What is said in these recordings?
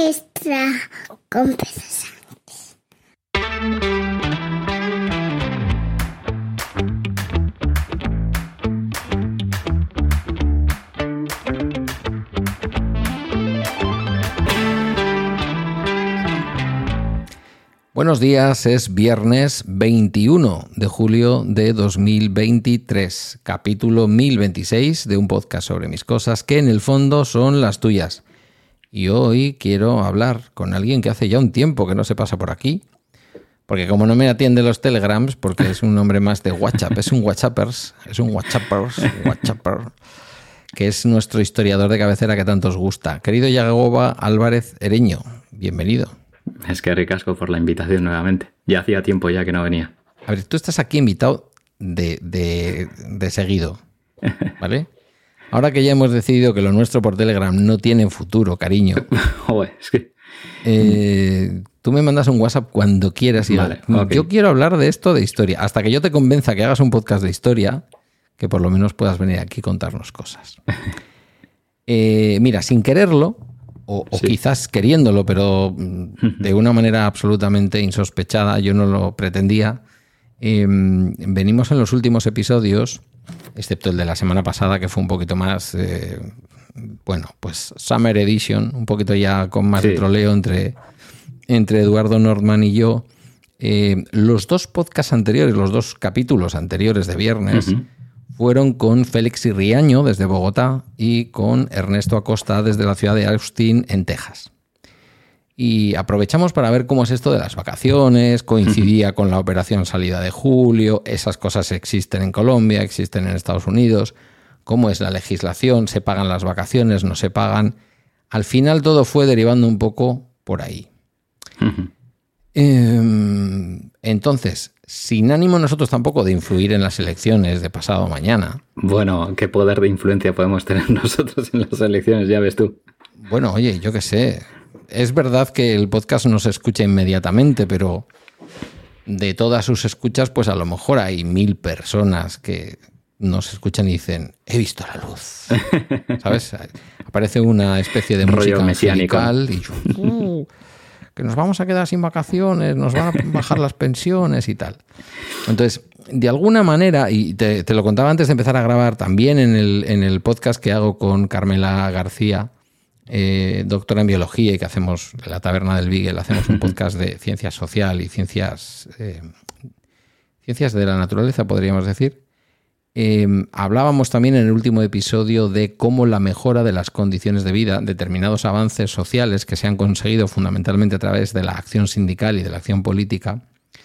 Extra con Pedro Sánchez. Buenos días, es viernes 21 de julio de 2023, capítulo 1026 de un podcast sobre mis cosas que en el fondo son las tuyas. Y hoy quiero hablar con alguien que hace ya un tiempo que no se pasa por aquí, porque como no me atiende los telegrams, porque es un hombre más de WhatsApp, es un WhatsApper, que es nuestro historiador de cabecera que tanto os gusta. Querido Yagoba Álvarez Ereño, bienvenido. Es que ricasco por la invitación nuevamente. Ya hacía tiempo ya que no venía. A ver, tú estás aquí invitado de seguido, ¿vale? Ahora que ya hemos decidido que lo nuestro por Telegram no tiene futuro, cariño. Joder, es que... tú me mandas un WhatsApp cuando quieras. Y vale, okay. Yo quiero hablar de esto de historia. Hasta que yo te convenza que hagas un podcast de historia, que por lo menos puedas venir aquí y contarnos cosas. Mira, sin quererlo... O sí, quizás queriéndolo, pero de una manera absolutamente insospechada, yo no lo pretendía. Venimos en los últimos episodios, excepto el de la semana pasada, que fue un poquito más, pues Summer Edition, un poquito ya con más de troleo entre Eduardo Nordman y yo. Los dos podcasts anteriores, los dos capítulos anteriores de viernes, fueron con Félix Irriaño desde Bogotá y con Ernesto Acosta desde la ciudad de Austin, en Texas. Y aprovechamos para ver cómo es esto de las vacaciones, coincidía con la operación salida de julio, esas cosas existen en Colombia, existen en Estados Unidos, cómo es la legislación, se pagan las vacaciones, no se pagan. Al final todo fue derivando un poco por ahí. Entonces, sin ánimo nosotros tampoco de influir en las elecciones de pasado mañana. Bueno, ¿qué poder de influencia podemos tener nosotros en las elecciones? Ya ves tú. Bueno, oye, yo qué sé. Es verdad que el podcast no se escucha inmediatamente, pero de todas sus escuchas, pues a lo mejor hay 1000 personas que nos escuchan y dicen, he visto la luz. ¿Sabes? Aparece una especie de música angelical y yo... que nos vamos a quedar sin vacaciones, nos van a bajar las pensiones y tal. Entonces, de alguna manera, y te lo contaba antes de empezar a grabar, también en el podcast que hago con Carmela García, doctora en biología, y que hacemos en la Taberna del Beagle, hacemos un podcast de ciencia social y ciencias de la naturaleza, podríamos decir. Hablábamos también en el último episodio de cómo la mejora de las condiciones de vida, determinados avances sociales que se han conseguido fundamentalmente a través de la acción sindical y de la acción política,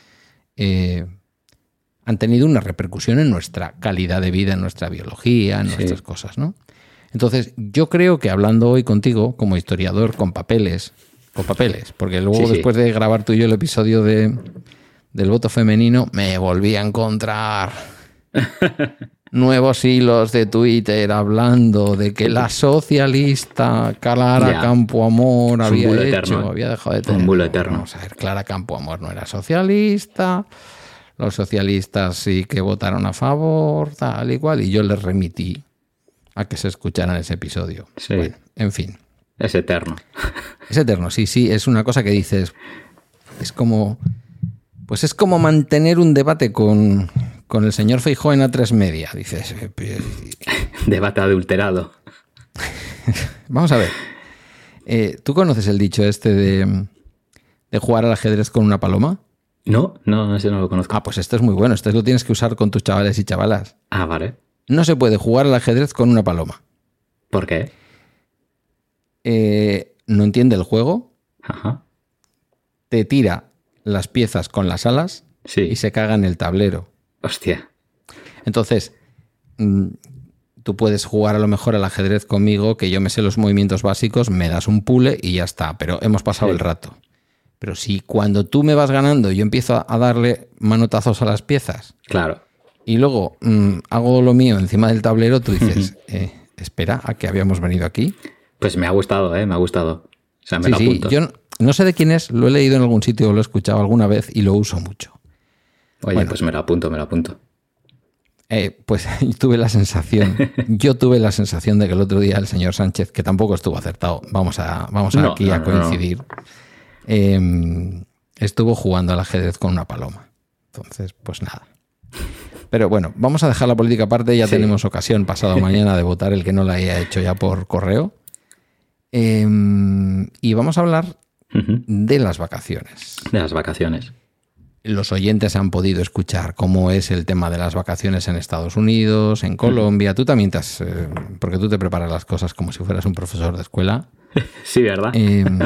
han tenido una repercusión en nuestra calidad de vida, en nuestra biología, en nuestras cosas, ¿no? Entonces, yo creo que hablando hoy contigo, como historiador con papeles, porque luego después de grabar tú y yo el episodio del voto femenino, me volví a encontrar... nuevos hilos de Twitter hablando de que la socialista Clara Campoamor había dejado de tener un bulo eterno. Vamos a ver, Clara Campoamor no era socialista, los socialistas sí que votaron a favor, tal y cual, y yo les remití a que se escucharan ese episodio. Sí. Bueno, en fin. Es eterno. Es eterno, sí, es una cosa que dices, es como mantener un debate con el señor Feijóo en A3 Media, dices. Debate adulterado. Vamos a ver. ¿Tú conoces el dicho este de jugar al ajedrez con una paloma? No, ese no lo conozco. Ah, pues este es muy bueno. Este lo tienes que usar con tus chavales y chavalas. Ah, vale. No se puede jugar al ajedrez con una paloma. ¿Por qué? No entiende el juego. Ajá. Te tira las piezas con las alas y se caga en el tablero. Hostia. Entonces, tú puedes jugar a lo mejor al ajedrez conmigo, que yo me sé los movimientos básicos, me das un pule y ya está, pero hemos pasado el rato. Pero si cuando tú me vas ganando yo empiezo a darle manotazos a las piezas, claro, y luego hago lo mío encima del tablero, tú dices, espera, ¿a qué habíamos venido aquí? Pues me ha gustado, me ha gustado. O sea, me lo apunto. Yo no sé de quién es, lo he leído en algún sitio, lo he escuchado alguna vez y lo uso mucho. Oye, bueno, pues me lo apunto. Pues tuve la sensación, yo tuve la sensación de que el otro día el señor Sánchez, que tampoco estuvo acertado, vamos aquí a coincidir, estuvo jugando al ajedrez con una paloma. Entonces, pues nada. Pero bueno, vamos a dejar la política aparte, ya tenemos ocasión pasado mañana de votar el que no la haya hecho ya por correo. Y vamos a hablar de las vacaciones. De las vacaciones. Los oyentes han podido escuchar cómo es el tema de las vacaciones en Estados Unidos, en Colombia. Tú también porque tú te preparas las cosas como si fueras un profesor de escuela. Sí, ¿verdad?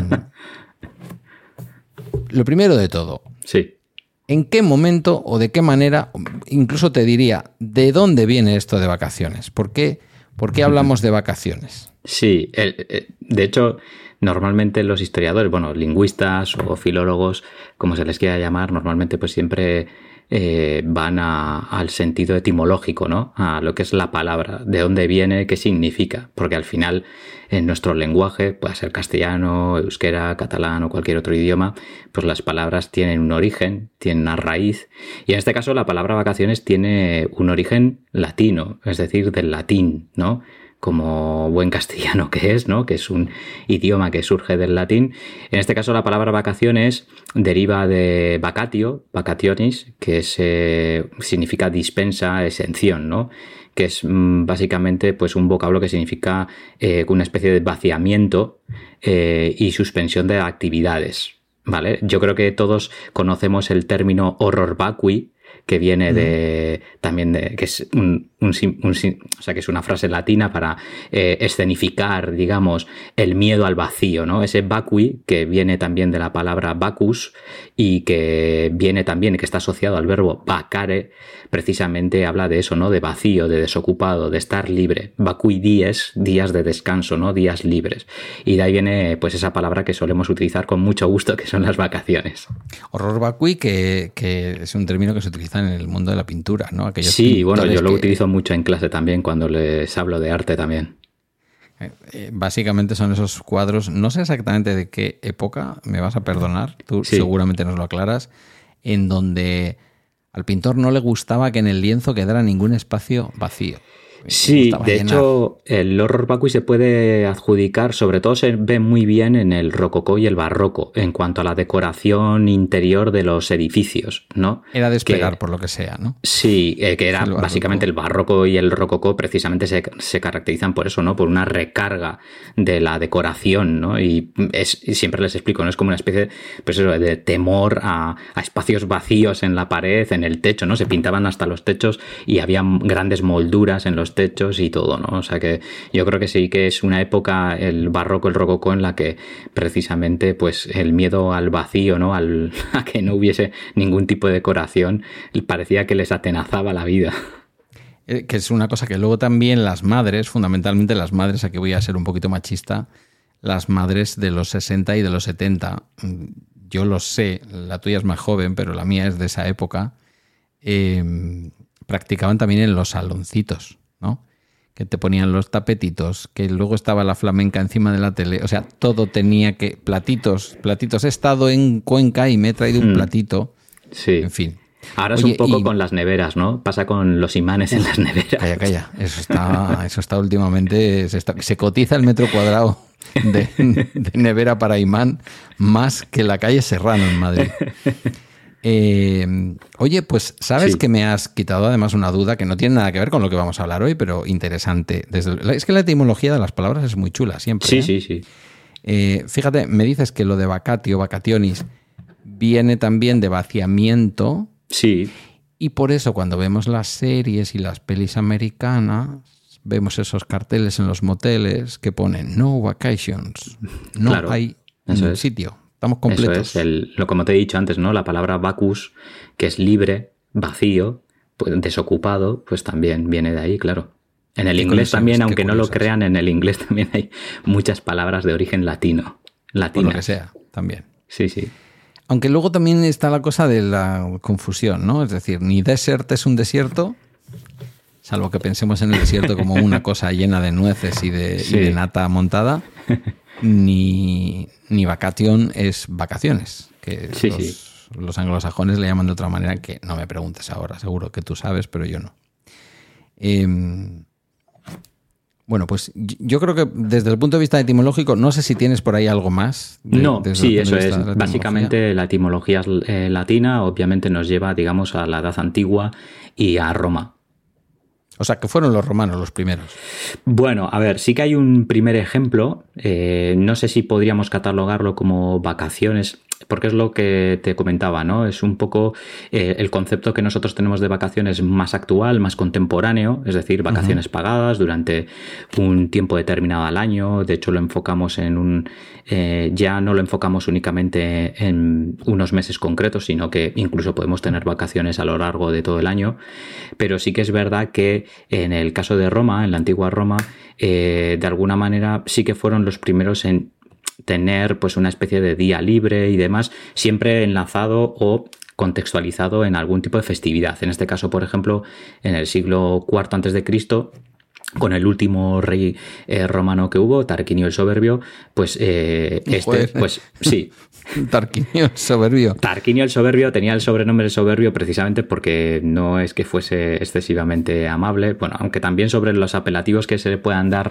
Lo primero de todo. Sí. ¿En qué momento o de qué manera, incluso te diría, de dónde viene esto de vacaciones? ¿Por qué hablamos de vacaciones? Sí, de hecho, normalmente los historiadores, bueno, lingüistas o filólogos, como se les quiera llamar, normalmente pues siempre van al sentido etimológico, ¿no? A lo que es la palabra, de dónde viene, qué significa, porque al final en nuestro lenguaje, puede ser castellano, euskera, catalán o cualquier otro idioma, pues las palabras tienen un origen, tienen una raíz, y en este caso la palabra vacaciones tiene un origen latino, es decir, del latín, ¿no? Como buen castellano que es, ¿no? Que es un idioma que surge del latín. En este caso la palabra vacaciones deriva de vacatio, vacationis, que significa dispensa, exención, ¿no? Que es básicamente pues un vocablo que significa una especie de vaciamiento y suspensión de actividades, ¿vale? Yo creo que todos conocemos el término horror vacui, que viene que es o sea, que es una frase latina para escenificar, digamos, el miedo al vacío, ¿no? Ese vacui, que viene también de la palabra vacus y que viene también, que está asociado al verbo vacare, precisamente habla de eso, ¿no? De vacío, de desocupado, de estar libre. Vacui dies, días de descanso, ¿no? Días libres. Y de ahí viene, pues, esa palabra que solemos utilizar con mucho gusto, que son las vacaciones. Horror vacui, que es un término que se utiliza en el mundo de la pintura, ¿no? Aquellos sí, bueno, yo lo utilizo mucho en clase también, cuando les hablo de arte también. Básicamente son esos cuadros, no sé exactamente de qué época, me vas a perdonar, tú seguramente nos lo aclaras, en donde al pintor no le gustaba que en el lienzo quedara ningún espacio vacío. Sí, de hecho, el horror vacui se puede adjudicar, sobre todo se ve muy bien en el rococó y el barroco, en cuanto a la decoración interior de los edificios, ¿no? Era de esperar, por lo que sea, ¿no? Sí, que era básicamente el barroco y el rococó precisamente se caracterizan por eso, ¿no? Por una recarga de la decoración, ¿no? Y siempre les explico, ¿no? Es como una especie pues eso, de temor a espacios vacíos en la pared, en el techo, ¿no? Se pintaban hasta los techos y había grandes molduras en los techos y todo, ¿no? O sea que yo creo que sí que es una época, el barroco, el rococó, en la que precisamente pues el miedo al vacío, ¿no? A que no hubiese ningún tipo de decoración, parecía que les atenazaba la vida. Que es una cosa que luego también las madres, fundamentalmente las madres, aquí voy a ser un poquito machista, las madres de los 60 y de los 70, yo lo sé, la tuya es más joven, pero la mía es de esa época, practicaban también en los saloncitos, ¿no? Que te ponían los tapetitos, que luego estaba la flamenca encima de la tele, o sea, todo tenía que... Platitos, he estado en Cuenca y me he traído un platito, sí. En fin. Ahora es un poco con las neveras, ¿no? Pasa con los imanes en las neveras. Calla, eso está últimamente, se cotiza el metro cuadrado de nevera para imán más que la calle Serrano en Madrid. Oye, pues sabes que me has quitado además una duda que no tiene nada que ver con lo que vamos a hablar hoy, pero interesante. Es que la etimología de las palabras es muy chula siempre. Sí. Fíjate, me dices que lo de vacatio, vacationis, viene también de vaciamiento. Sí. Y por eso cuando vemos las series y las pelis americanas, vemos esos carteles en los moteles que ponen no vacations, no hay sitio. Estamos completos. Eso es, como te he dicho antes, ¿no? La palabra vacus, que es libre, vacío, pues, desocupado, pues también viene de ahí, claro. En el inglés también, aunque no lo crean, en el inglés también hay muchas palabras de origen latino. Por lo que sea, también. Sí. Aunque luego también está la cosa de la confusión, ¿no? Es decir, ni desert es un desierto, salvo que pensemos en el desierto como una cosa llena de nueces y de nata montada. Ni vacation es vacaciones, que los anglosajones le llaman de otra manera que no me preguntes ahora, seguro que tú sabes, pero yo no. Bueno, pues yo creo que desde el punto de vista etimológico, no sé si tienes por ahí algo más. No, sí, eso es. Básicamente la etimología latina obviamente nos lleva, digamos, a la Edad Antigua y a Roma. O sea, que fueron los romanos los primeros. Bueno, a ver, sí que hay un primer ejemplo. No sé si podríamos catalogarlo como vacaciones, porque es lo que te comentaba, ¿no? Es un poco el concepto que nosotros tenemos de vacaciones más actual, más contemporáneo, es decir, vacaciones pagadas durante un tiempo determinado al año. De hecho, lo enfocamos ya no lo enfocamos únicamente en unos meses concretos, sino que incluso podemos tener vacaciones a lo largo de todo el año. Pero sí que es verdad que en el caso de Roma, en la antigua Roma, de alguna manera sí que fueron los primeros en tener pues una especie de día libre y demás, siempre enlazado o contextualizado en algún tipo de festividad. En este caso, por ejemplo, en el siglo IV a.C., con el último rey romano que hubo, Tarquinio el Soberbio, pues pues sí. Tarquinio el Soberbio. Tarquinio el Soberbio tenía el sobrenombre de Soberbio precisamente porque no es que fuese excesivamente amable, bueno, aunque también sobre los apelativos que se le puedan dar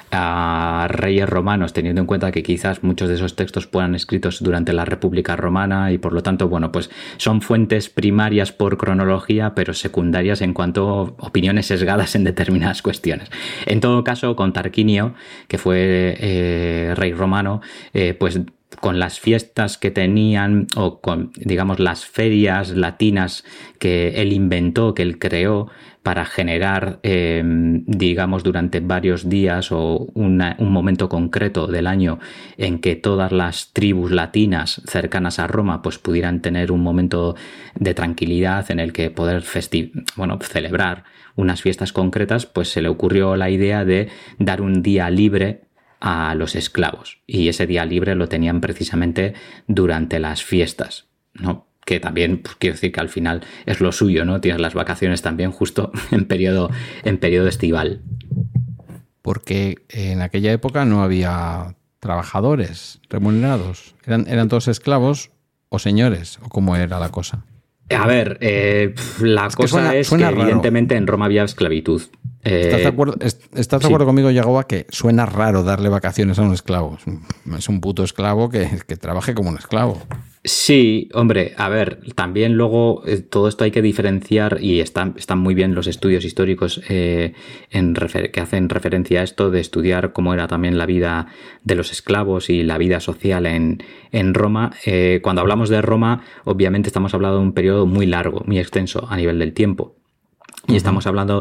a reyes romanos, teniendo en cuenta que quizás muchos de esos textos fueran escritos durante la República Romana y por lo tanto, bueno, pues son fuentes primarias por cronología, pero secundarias en cuanto a opiniones sesgadas en determinadas cuestiones. En todo caso, con Tarquinio, que fue rey romano, pues con las fiestas que tenían o con, digamos, las ferias latinas que él inventó, que él creó para generar, digamos, durante varios días o un momento concreto del año en que todas las tribus latinas cercanas a Roma pues pudieran tener un momento de tranquilidad en el que poder celebrar unas fiestas concretas, pues se le ocurrió la idea de dar un día libre a los esclavos, y ese día libre lo tenían precisamente durante las fiestas, ¿no? Que también, pues, quiero decir que al final es lo suyo, ¿no? Tienes las vacaciones también justo en periodo estival. Porque en aquella época no había trabajadores remunerados. ¿Eran todos esclavos o señores? ¿O cómo era la cosa? A ver, la cosa es que evidentemente en Roma había esclavitud. ¿Estás de acuerdo conmigo, Yagoba, que suena raro darle vacaciones a un esclavo? Es un puto esclavo que trabaje como un esclavo. Sí, hombre, a ver, también luego todo esto hay que diferenciar y están muy bien los estudios históricos que hacen referencia a esto de estudiar cómo era también la vida de los esclavos y la vida social en Roma. Cuando hablamos de Roma, obviamente estamos hablando de un periodo muy largo, muy extenso a nivel del tiempo. Y estamos hablando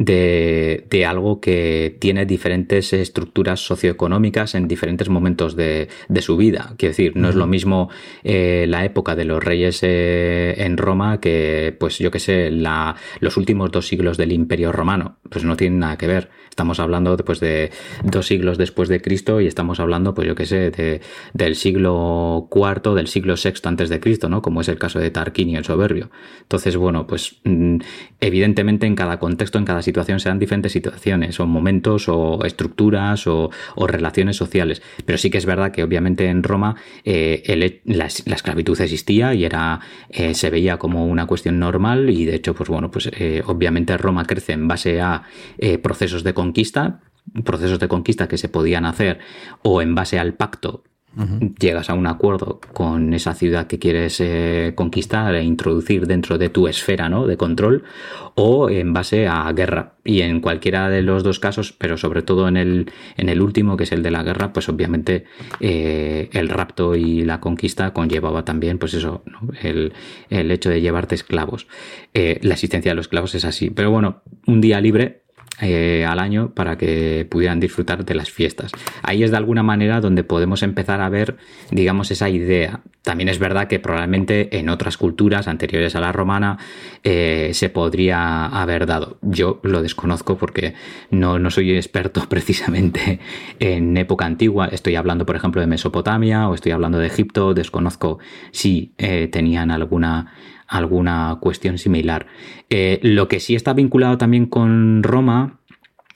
de algo que tiene diferentes estructuras socioeconómicas en diferentes momentos de su vida. Quiero decir, no es lo mismo la época de los reyes en Roma que, pues yo qué sé, los últimos 2 siglos del Imperio Romano. Pues no tienen nada que ver. Estamos hablando pues, de 2 siglos después de Cristo y estamos hablando, pues yo qué sé, del siglo IV, del siglo VI antes de Cristo, ¿no? Como es el caso de Tarquinio el Soberbio. Entonces, bueno, pues evidentemente en cada contexto, en cada situación serán diferentes situaciones o momentos o estructuras o relaciones sociales. Pero sí que es verdad que obviamente en Roma la esclavitud existía y se veía como una cuestión normal y de hecho, pues bueno, pues obviamente Roma crece en base a procesos de conquista que se podían hacer o en base al pacto. Llegas a un acuerdo con esa ciudad que quieres conquistar e introducir dentro de tu esfera, ¿no?, de control, o en base a guerra. Y en cualquiera de los dos casos, pero sobre todo en el último, que es el de la guerra, pues obviamente el rapto y la conquista conllevaba también, pues eso, ¿no?, el hecho de llevarte esclavos. La existencia de los esclavos es así. Pero bueno, un día libre al año para que pudieran disfrutar de las fiestas. Ahí es de alguna manera donde podemos empezar a ver, digamos, esa idea. También es verdad que probablemente en otras culturas anteriores a la romana se podría haber dado. Yo lo desconozco porque no soy experto precisamente en época antigua. Estoy hablando, por ejemplo, de Mesopotamia o estoy hablando de Egipto. Desconozco si tenían alguna cuestión similar. Lo que sí está vinculado también con Roma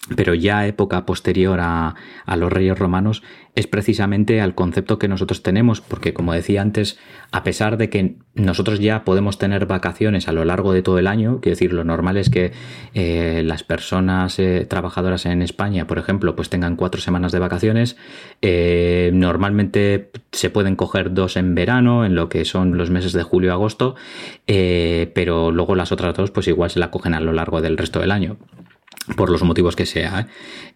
pero ya época posterior a los reyes romanos, es precisamente al concepto que nosotros tenemos, porque como decía antes, a pesar de que nosotros ya podemos tener vacaciones a lo largo de todo el año, quiero decir, lo normal es que las personas trabajadoras en España, por ejemplo, pues tengan 4 semanas de vacaciones, normalmente se pueden coger 2 en verano, en lo que son los meses de julio y agosto, pero luego las otras 2 pues igual se la cogen a lo largo del resto del año, por los motivos que sea,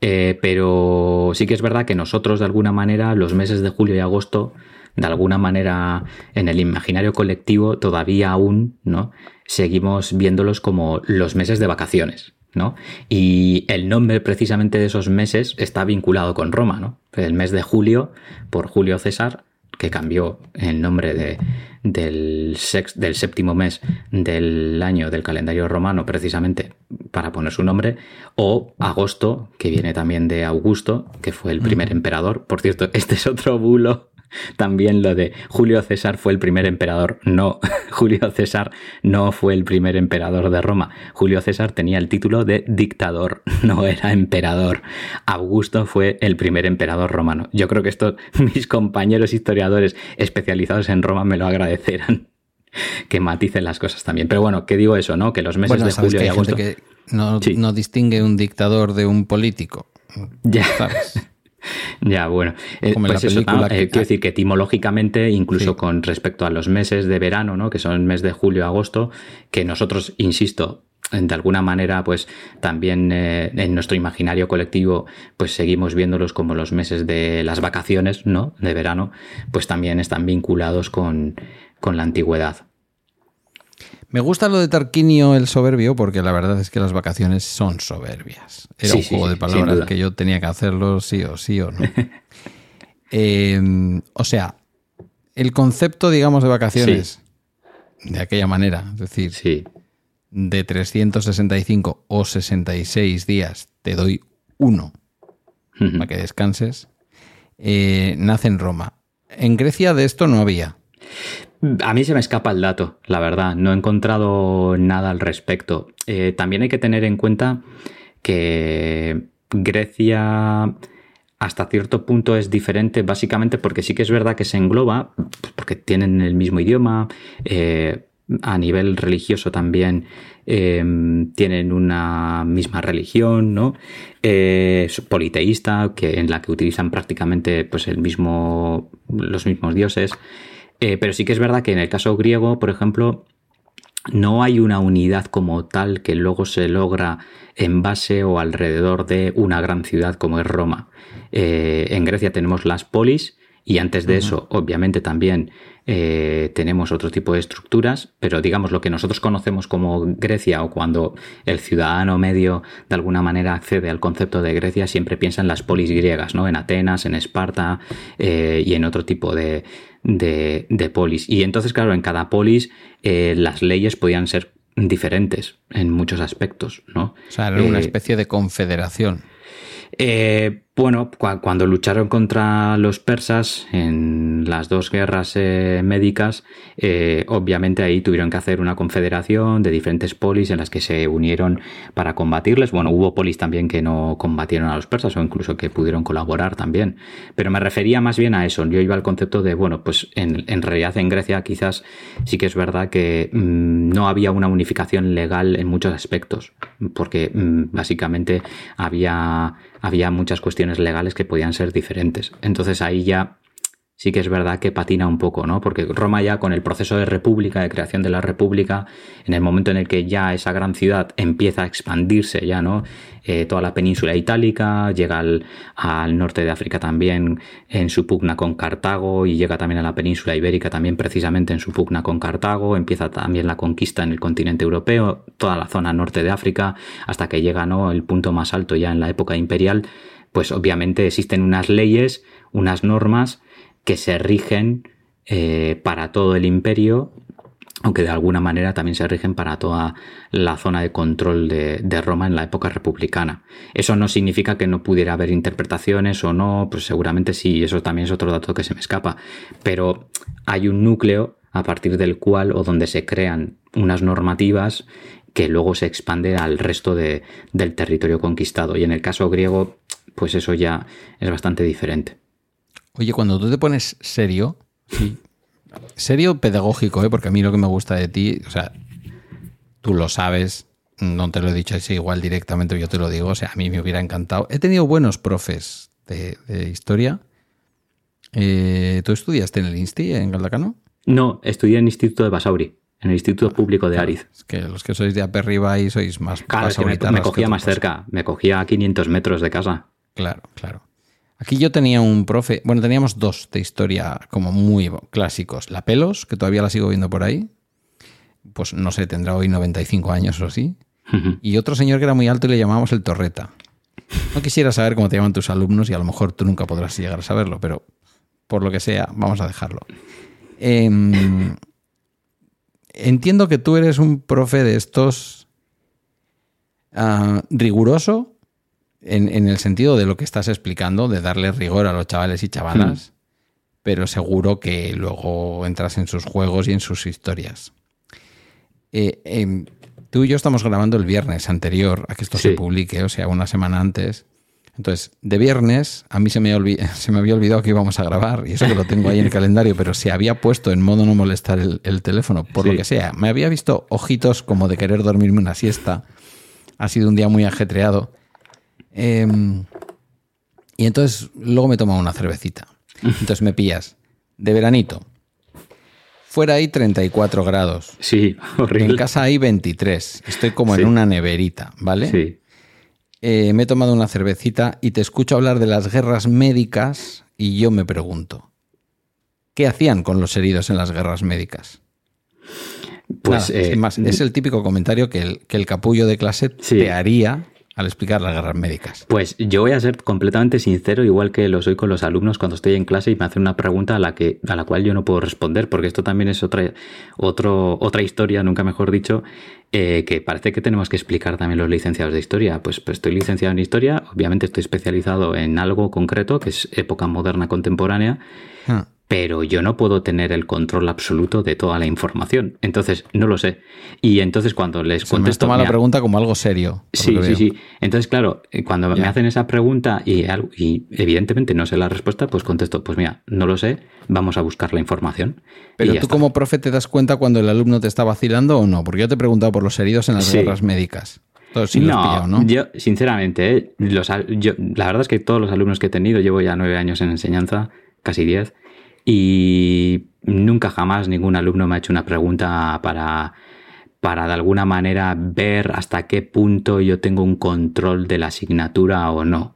pero sí que es verdad que nosotros de alguna manera los meses de julio y agosto, de alguna manera en el imaginario colectivo todavía aún, ¿no?, seguimos viéndolos como los meses de vacaciones, ¿no? Y el nombre precisamente de esos meses está vinculado con Roma, ¿no? El mes de julio por Julio César, que cambió el nombre del séptimo mes del año del calendario romano precisamente para poner su nombre, o agosto, que viene también de Augusto, que fue el primer emperador. Por cierto, este es otro bulo. También lo de Julio César fue el primer emperador. No, Julio César no fue el primer emperador de Roma. Julio César tenía el título de dictador, no era emperador. Augusto fue el primer emperador romano. Yo creo que esto mis compañeros historiadores especializados en Roma me lo agradecerán, que maticen las cosas también. Pero bueno, ¿qué digo eso, no? Que los meses de julio y agosto... Que no distingue un dictador de un político. Ya, ¿sabes? Ya, bueno, como pues en la película quiero decir que etimológicamente, incluso con respecto a los meses de verano, ¿no?, que son el mes de julio y agosto, que nosotros, insisto, de alguna manera, pues también en nuestro imaginario colectivo, pues seguimos viéndolos como los meses de las vacaciones, ¿no?, de verano, pues también están vinculados con la antigüedad. Me gusta lo de Tarquinio el soberbio, porque la verdad es que las vacaciones son soberbias. Era un juego de palabras que yo tenía que hacerlo sí o no. O sea, el concepto, digamos, de vacaciones, de aquella manera, es decir, de 365 o 66 días te doy 1 para que descanses, nace en Roma. En Grecia de esto no había. A mí se me escapa el dato, la verdad. No he encontrado nada al respecto. También hay que tener en cuenta que Grecia hasta cierto punto es diferente, básicamente porque sí que es verdad que se engloba, porque tienen el mismo idioma, a nivel religioso también tienen una misma religión, ¿no? Politeísta, en la que utilizan prácticamente pues los mismos dioses. Pero sí que es verdad que en el caso griego, por ejemplo, no hay una unidad como tal que luego se logra en base o alrededor de una gran ciudad como es Roma. En Grecia tenemos las polis y antes de eso, obviamente, también tenemos otro tipo de estructuras, pero digamos lo que nosotros conocemos como Grecia, o cuando el ciudadano medio de alguna manera accede al concepto de Grecia, siempre piensa en las polis griegas, ¿no? En Atenas, en Esparta y en otro tipo de polis. Y entonces, claro, en cada polis las leyes podían ser diferentes en muchos aspectos, ¿no? O sea, era una especie de confederación. Bueno, cuando lucharon contra los persas en las 2 guerras médicas, obviamente ahí tuvieron que hacer una confederación de diferentes polis en las que se unieron para combatirles. Bueno, hubo polis también que no combatieron a los persas o incluso que pudieron colaborar también. Pero me refería más bien a eso. Yo iba al concepto de, bueno, pues en realidad en Grecia quizás sí que es verdad que no había una unificación legal en muchos aspectos, porque básicamente había muchas cuestiones legales que podían ser diferentes. Entonces ahí ya sí que es verdad que patina un poco, ¿no? Porque Roma ya con el proceso de república, de creación de la república, en el momento en el que ya esa gran ciudad empieza a expandirse ya, ¿no? Toda la península itálica, llega al norte de África también en su pugna con Cartago y llega también a la península ibérica también precisamente en su pugna con Cartago, empieza también la conquista en el continente europeo, toda la zona norte de África, hasta que llega, ¿no?, el punto más alto ya en la época imperial. Pues obviamente existen unas leyes, unas normas que se rigen para todo el imperio, aunque de alguna manera también se rigen para toda la zona de control de Roma en la época republicana. Eso no significa que no pudiera haber interpretaciones o no, pues seguramente sí, eso también es otro dato que se me escapa, pero hay un núcleo a partir del cual o donde se crean unas normativas que luego se expande al resto del territorio conquistado. Y en el caso griego, pues eso ya es bastante diferente. Oye, cuando tú te pones serio, serio pedagógico, porque a mí lo que me gusta de ti, o sea, tú lo sabes, no te lo he dicho así igual directamente, yo te lo digo, o sea, a mí me hubiera encantado. He tenido buenos profes de historia. ¿Tú estudiaste en el Insti, en Galdacano? No, estudié en el Instituto de Basauri, en el Instituto Público de Ariz. Es que los que sois de arriba ahí sois más... Claro, es que me cogía más cerca, me cogía a 500 metros de casa. Claro, claro. Aquí yo tenía un profe, bueno, teníamos dos de historia como muy clásicos. La Pelos, que todavía la sigo viendo por ahí, pues no sé, tendrá hoy 95 años o así. Y otro señor que era muy alto y le llamábamos el Torreta. No quisiera saber cómo te llaman tus alumnos y a lo mejor tú nunca podrás llegar a saberlo, pero por lo que sea, vamos a dejarlo. Entiendo que tú eres un profe de estos riguroso en el sentido de lo que estás explicando, de darle rigor a los chavales y chavalas, pero seguro que luego entras en sus juegos y en sus historias. Tú y yo estamos grabando el viernes anterior a que esto se publique, o sea, una semana antes. Entonces, de viernes, a mí se me había olvidado que íbamos a grabar, y eso que lo tengo ahí en el calendario, pero se había puesto en modo no molestar el teléfono, por lo que sea. Me había visto ojitos como de querer dormirme una siesta. Ha sido un día muy ajetreado. Y entonces luego me he tomado una cervecita. Entonces me pillas de veranito. Fuera hay 34 grados. Sí, horrible. En casa hay 23. Estoy como en una neverita, ¿vale? Sí. Me he tomado una cervecita y te escucho hablar de las guerras médicas y yo me pregunto, ¿qué hacían con los heridos en las guerras médicas? Pues nada, sin más, es el típico comentario que el capullo de clase te haría al explicar las guerras médicas. Pues yo voy a ser completamente sincero, igual que lo soy con los alumnos cuando estoy en clase y me hacen una pregunta a la cual yo no puedo responder, porque esto también es otra historia, nunca mejor dicho, que parece que tenemos que explicar también los licenciados de historia. Pues estoy licenciado en historia, obviamente estoy especializado en algo concreto, que es época moderna contemporánea, pero yo no puedo tener el control absoluto de toda la información. Entonces, no lo sé. Y entonces cuando les contesto... Me has tomado la pregunta como algo serio. Sí. Entonces, claro, cuando me hacen esa pregunta y evidentemente no sé la respuesta, pues contesto, pues mira, no lo sé, vamos a buscar la información. Pero tú como profe te das cuenta cuando el alumno te está vacilando o no, porque yo te he preguntado por los heridos en las guerras médicas. Todos sí los has pillado, ¿no? Yo, sinceramente, la verdad es que todos los alumnos que he tenido, llevo ya 9 años en enseñanza, casi 10, y nunca jamás ningún alumno me ha hecho una pregunta para de alguna manera ver hasta qué punto yo tengo un control de la asignatura o no.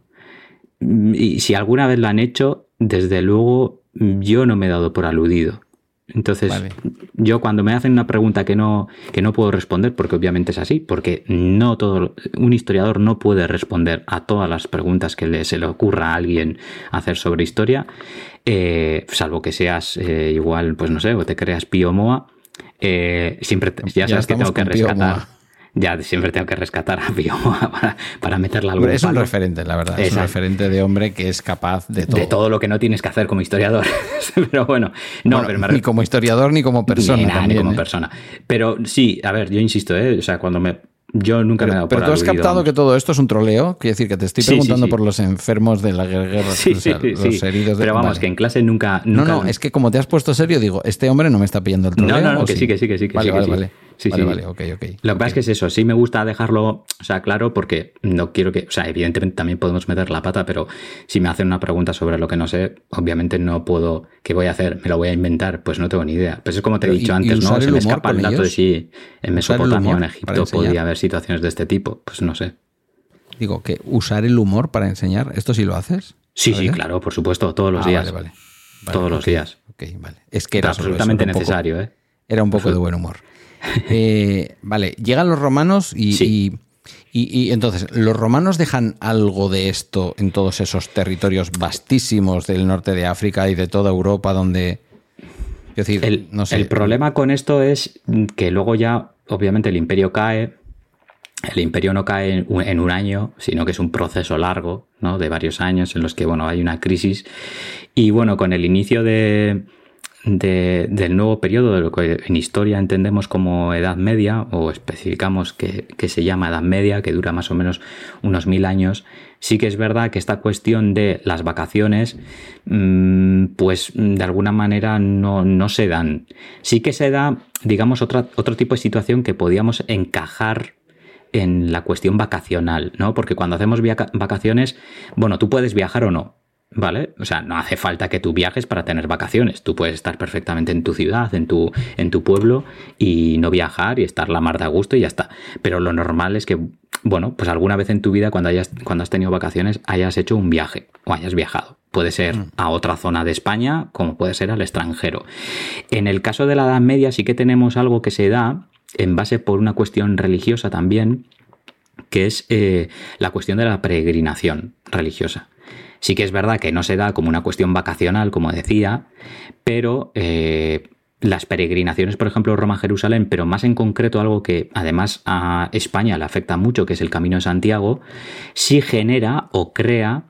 Y si alguna vez lo han hecho, desde luego yo no me he dado por aludido. Entonces, yo cuando me hacen una pregunta que no puedo responder, porque obviamente es así, porque un historiador no puede responder a todas las preguntas que se le ocurra a alguien hacer sobre historia, salvo que seas igual, pues no sé, o te creas Pío Moa, siempre ya sabes que tengo que rescatar. Ya siempre tengo que rescatar a Pío Moa para meterla al grupo. Es un referente, la verdad. Es un referente de hombre que es capaz de todo. De todo lo que no tienes que hacer como historiador. Pero bueno, ni como historiador ni como persona. Ni como persona. Pero sí, a ver, yo insisto, o sea, yo nunca me he dado por aludido. Pero tú has captado que todo esto es un troleo. Quiero decir, que te estoy preguntando por los enfermos de la guerra, los heridos. Pero vamos, que en clase nunca... No, es que como te has puesto serio, digo, este hombre no me está pillando el troleo. No, que sí. Vale. Vale, ok. Lo que pasa es que es eso, sí me gusta dejarlo, o sea, claro, porque no quiero que, o sea, evidentemente también podemos meter la pata, pero si me hacen una pregunta sobre lo que no sé, obviamente no puedo, ¿qué voy a hacer? ¿Me lo voy a inventar? Pues no tengo ni idea. Pues es como te he dicho antes, ¿no? Se me escapa el dato de si en Mesopotamia o en Egipto podía haber situaciones de este tipo, pues no sé. Digo, que usar el humor para enseñar, ¿esto sí lo haces? Sí, claro, por supuesto, todos los días. Vale, todos los días. Ok, vale. Es que era absolutamente necesario, Era un poco de buen humor. Vale, llegan los romanos y entonces, ¿los romanos dejan algo de esto en todos esos territorios vastísimos del norte de África y de toda Europa donde... Es decir, no sé. El problema con esto es que luego ya, obviamente, el imperio cae. El imperio no cae en un año, sino que es un proceso largo, ¿no? De varios años en los que, bueno, hay una crisis. Y bueno, con el inicio de del nuevo periodo, de lo que en historia entendemos como Edad Media, o especificamos que se llama Edad Media, que dura más o menos unos 1000 años, sí que es verdad que esta cuestión de las vacaciones, pues de alguna manera no se dan. Sí que se da, digamos, otro tipo de situación que podíamos encajar en la cuestión vacacional, ¿no? Porque cuando hacemos vacaciones, bueno, tú puedes viajar o no, ¿vale? O sea, no hace falta que tú viajes para tener vacaciones. Tú puedes estar perfectamente en tu ciudad, en tu pueblo, y no viajar y estar la mar de a gusto y ya está. Pero lo normal es que, bueno, pues alguna vez en tu vida cuando has tenido vacaciones hayas hecho un viaje o hayas viajado. Puede ser a otra zona de España, como puede ser al extranjero. En el caso de la Edad Media sí que tenemos algo que se da en base por una cuestión religiosa también, que es la cuestión de la peregrinación religiosa. Sí que es verdad que no se da como una cuestión vacacional, como decía, pero las peregrinaciones, por ejemplo, Roma-Jerusalén, pero más en concreto algo que además a España le afecta mucho, que es el Camino de Santiago, sí genera o crea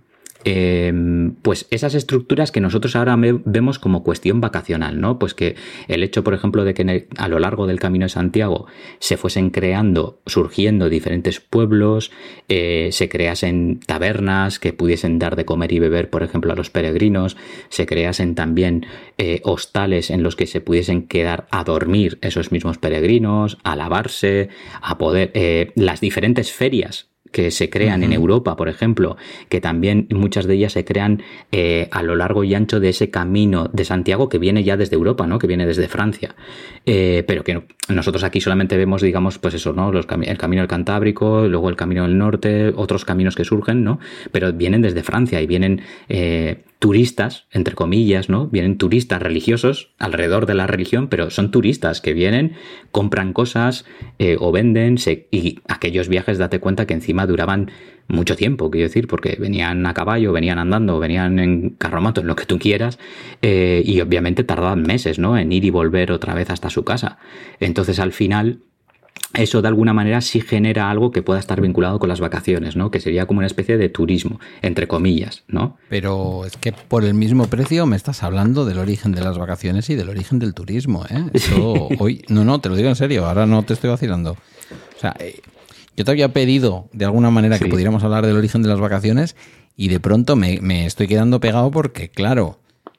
pues esas estructuras que nosotros ahora vemos como cuestión vacacional, ¿no? Pues que el hecho, por ejemplo, de que a lo largo del Camino de Santiago se fuesen surgiendo diferentes pueblos, se creasen tabernas que pudiesen dar de comer y beber, por ejemplo, a los peregrinos, se creasen también hostales en los que se pudiesen quedar a dormir esos mismos peregrinos, a lavarse, a poder las diferentes ferias que se crean en Europa, por ejemplo, que también muchas de ellas se crean a lo largo y ancho de ese Camino de Santiago que viene ya desde Europa, ¿no? Que viene desde Francia, pero que nosotros aquí solamente vemos, digamos, pues eso, ¿no? El Camino del Cantábrico, luego el Camino del Norte, otros caminos que surgen, ¿no? Pero vienen desde Francia y vienen turistas, entre comillas, ¿no? Vienen turistas religiosos alrededor de la religión, pero son turistas que vienen, compran cosas o venden, y aquellos viajes, date cuenta que encima duraban mucho tiempo, quiero decir, porque venían a caballo, venían andando, venían en carromato, en lo que tú quieras, y obviamente tardaban meses, ¿no? En ir y volver otra vez hasta su casa. Entonces, al final, eso de alguna manera sí genera algo que pueda estar vinculado con las vacaciones, ¿no? Que sería como una especie de turismo, entre comillas, ¿no? Pero es que por el mismo precio me estás hablando del origen de las vacaciones y del origen del turismo, ¿eh? Eso hoy... No, te lo digo en serio, ahora no te estoy vacilando. O sea, yo te había pedido de alguna manera que pudiéramos hablar del origen de las vacaciones y de pronto me estoy quedando pegado porque, claro,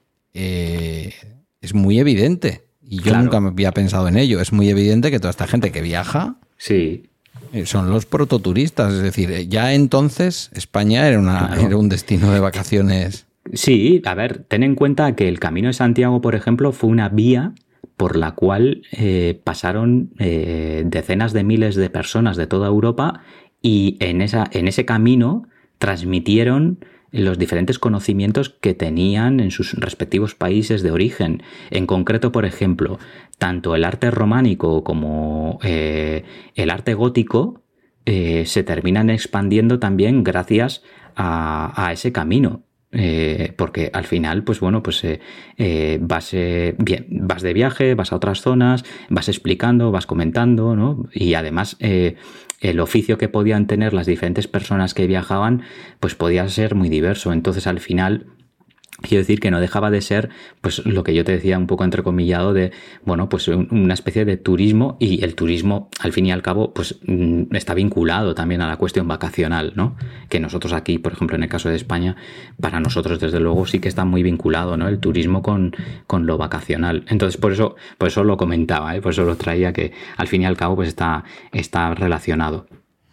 es muy evidente. Y yo nunca me había pensado en ello. Es muy evidente que toda esta gente que viaja son los prototuristas. Es decir, ya entonces España era un destino de vacaciones. Sí, a ver, ten en cuenta que el Camino de Santiago, por ejemplo, fue una vía por la cual pasaron decenas de miles de personas de toda Europa y en ese camino transmitieron los diferentes conocimientos que tenían en sus respectivos países de origen. En concreto, por ejemplo, tanto el arte románico como el arte gótico se terminan expandiendo también gracias a ese camino. Porque al final, pues bueno, pues vas de viaje, vas a otras zonas, vas explicando, vas comentando, ¿no? Y además el oficio que podían tener las diferentes personas que viajaban, pues podía ser muy diverso. Entonces, al final, quiero decir que no dejaba de ser, pues lo que yo te decía un poco entrecomillado de, bueno, pues una especie de turismo, y el turismo, al fin y al cabo, pues está vinculado también a la cuestión vacacional, ¿no? Que nosotros aquí, por ejemplo, en el caso de España, para nosotros desde luego sí que está muy vinculado, ¿no? El turismo con lo vacacional. Entonces, por eso lo comentaba, por eso lo traía, que al fin y al cabo pues está relacionado.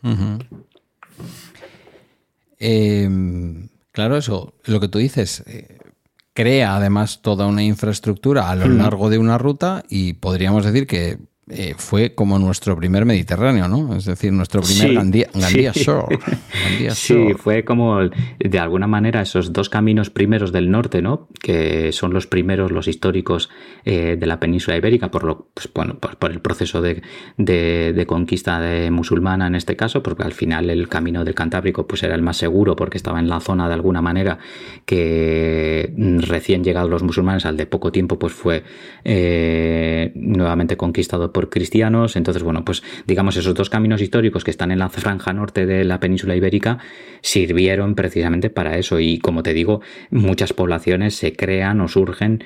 Claro, eso, lo que tú dices, crea además toda una infraestructura a lo largo de una ruta y podríamos decir que fue como nuestro primer Mediterráneo, ¿no? Es decir, nuestro primer Gandía Shore. Sí, fue como de alguna manera esos dos caminos primeros del norte, ¿no? Que son los primeros, los históricos de la península ibérica, por el proceso de conquista musulmana en este caso, porque al final el camino del Cantábrico pues era el más seguro porque estaba en la zona de alguna manera que recién llegados los musulmanes, al de poco tiempo pues fue nuevamente conquistado por por cristianos. Entonces, bueno, pues digamos esos dos caminos históricos que están en la franja norte de la península ibérica sirvieron precisamente para eso. Y como te digo, muchas poblaciones se crean o surgen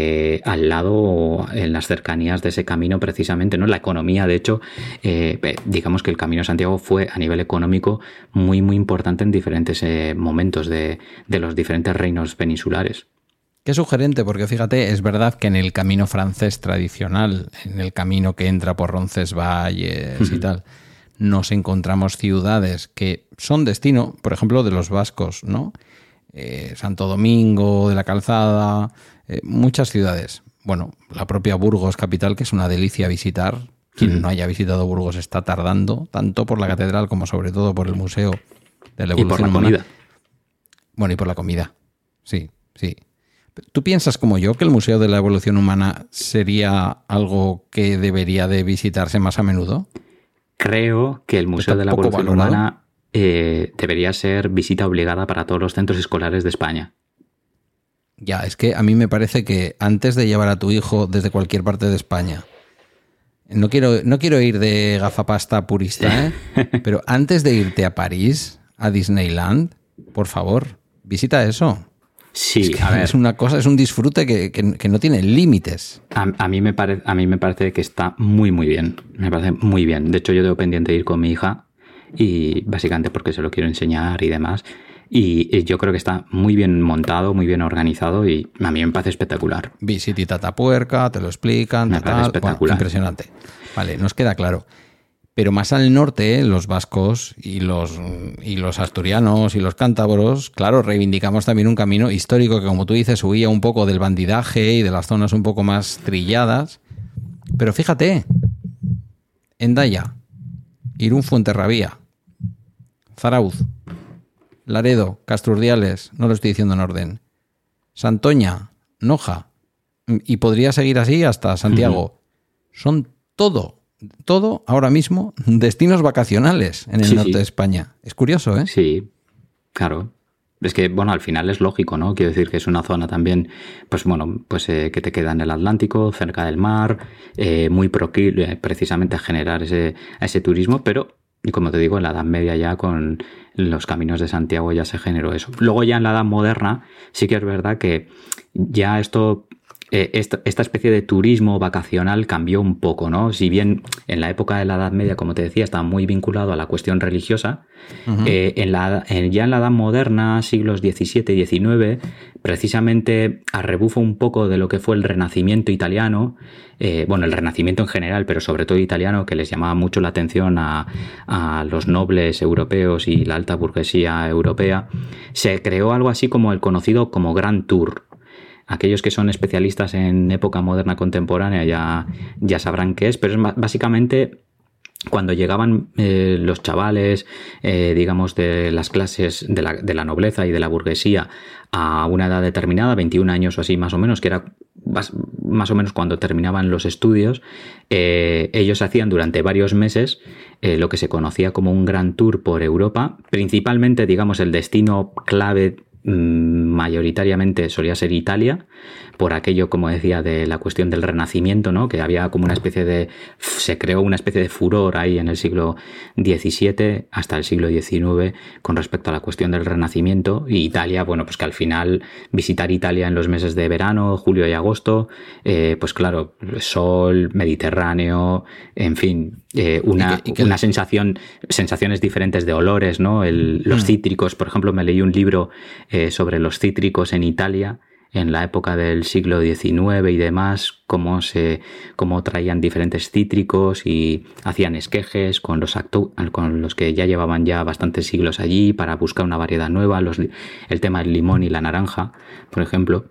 al lado o en las cercanías de ese camino precisamente, ¿no? La economía, de hecho, digamos que el Camino de Santiago fue a nivel económico muy, muy importante en diferentes momentos de los diferentes reinos peninsulares. Qué sugerente, porque fíjate, es verdad que en el camino francés tradicional, en el camino que entra por Roncesvalles y tal, nos encontramos ciudades que son destino, por ejemplo, de los vascos, ¿no? Santo Domingo, de la Calzada, muchas ciudades. Bueno, la propia Burgos capital, que es una delicia visitar. Quien no haya visitado Burgos está tardando, tanto por la catedral como sobre todo por el Museo de la Evolución Humana. Y por la Humana. comida. Bueno, y por la comida, sí, sí. ¿Tú piensas como yo que el Museo de la Evolución Humana sería algo que debería de visitarse más a menudo? Creo que el Museo de la Evolución Humana debería ser visita obligada para todos los centros escolares de España. Ya, es que a mí me parece que antes de llevar a tu hijo desde cualquier parte de España, no quiero ir de gafapasta purista, pero antes de irte a París, a Disneyland, por favor, visita eso. Sí, a ver. Es una cosa, es un disfrute que no tiene límites. A mí me parece que está muy, muy bien. Me parece muy bien. De hecho, yo tengo pendiente de ir con mi hija y básicamente porque se lo quiero enseñar y demás. Y yo creo que está muy bien montado, muy bien organizado y a mí me parece espectacular. Visitita Tapuerca, te lo explican, me parece espectacular. Bueno, impresionante. Vale, nos queda claro. Pero más al norte, los vascos y los asturianos y los cántabros, claro, reivindicamos también un camino histórico que, como tú dices, huía un poco del bandidaje y de las zonas un poco más trilladas. Pero fíjate, Hendaya, Irún Fuenterrabía, Zarauz, Laredo, Castrurdiales, no lo estoy diciendo en orden, Santoña, Noja, y podría seguir así hasta Santiago. Son todo ahora mismo destinos vacacionales en el norte de España. Es curioso, ¿eh? Sí, claro. Es que, bueno, al final es lógico, ¿no? Quiero decir que es una zona también, pues bueno, pues que te queda en el Atlántico, cerca del mar, muy proclive precisamente a generar ese turismo, pero, como te digo, en la Edad Media ya con los caminos de Santiago ya se generó eso. Luego ya en la Edad Moderna sí que es verdad que ya esta especie de turismo vacacional cambió un poco, ¿no? Si bien en la época de la Edad Media, como te decía, estaba muy vinculado a la cuestión religiosa, ya en la Edad Moderna, siglos XVII y XIX, precisamente a rebufo un poco de lo que fue el Renacimiento italiano, bueno, el Renacimiento en general, pero sobre todo italiano, que les llamaba mucho la atención a los nobles europeos y la alta burguesía europea, se creó algo así como el conocido como Grand Tour. Aquellos que son especialistas en época moderna contemporánea ya sabrán qué es, pero es básicamente cuando llegaban los chavales, digamos, de las clases de la nobleza y de la burguesía a una edad determinada, 21 años o así más o menos, que era más o menos cuando terminaban los estudios, ellos hacían durante varios meses lo que se conocía como un Grand Tour por Europa, principalmente, digamos, el destino clave mayoritariamente solía ser Italia, por aquello, como decía, de la cuestión del Renacimiento, ¿no? Que había como se creó una especie de furor ahí en el siglo XVII hasta el siglo XIX con respecto a la cuestión del Renacimiento. Y Italia, bueno, pues que al final visitar Italia en los meses de verano, julio y agosto, pues claro, sol, Mediterráneo, en fin, una sensaciones diferentes de olores, ¿no? Los cítricos, por ejemplo, me leí un libro sobre los cítricos en Italia en la época del siglo XIX y demás, cómo traían diferentes cítricos y hacían esquejes con los que ya llevaban ya bastantes siglos allí para buscar una variedad nueva, el tema del limón y la naranja, por ejemplo,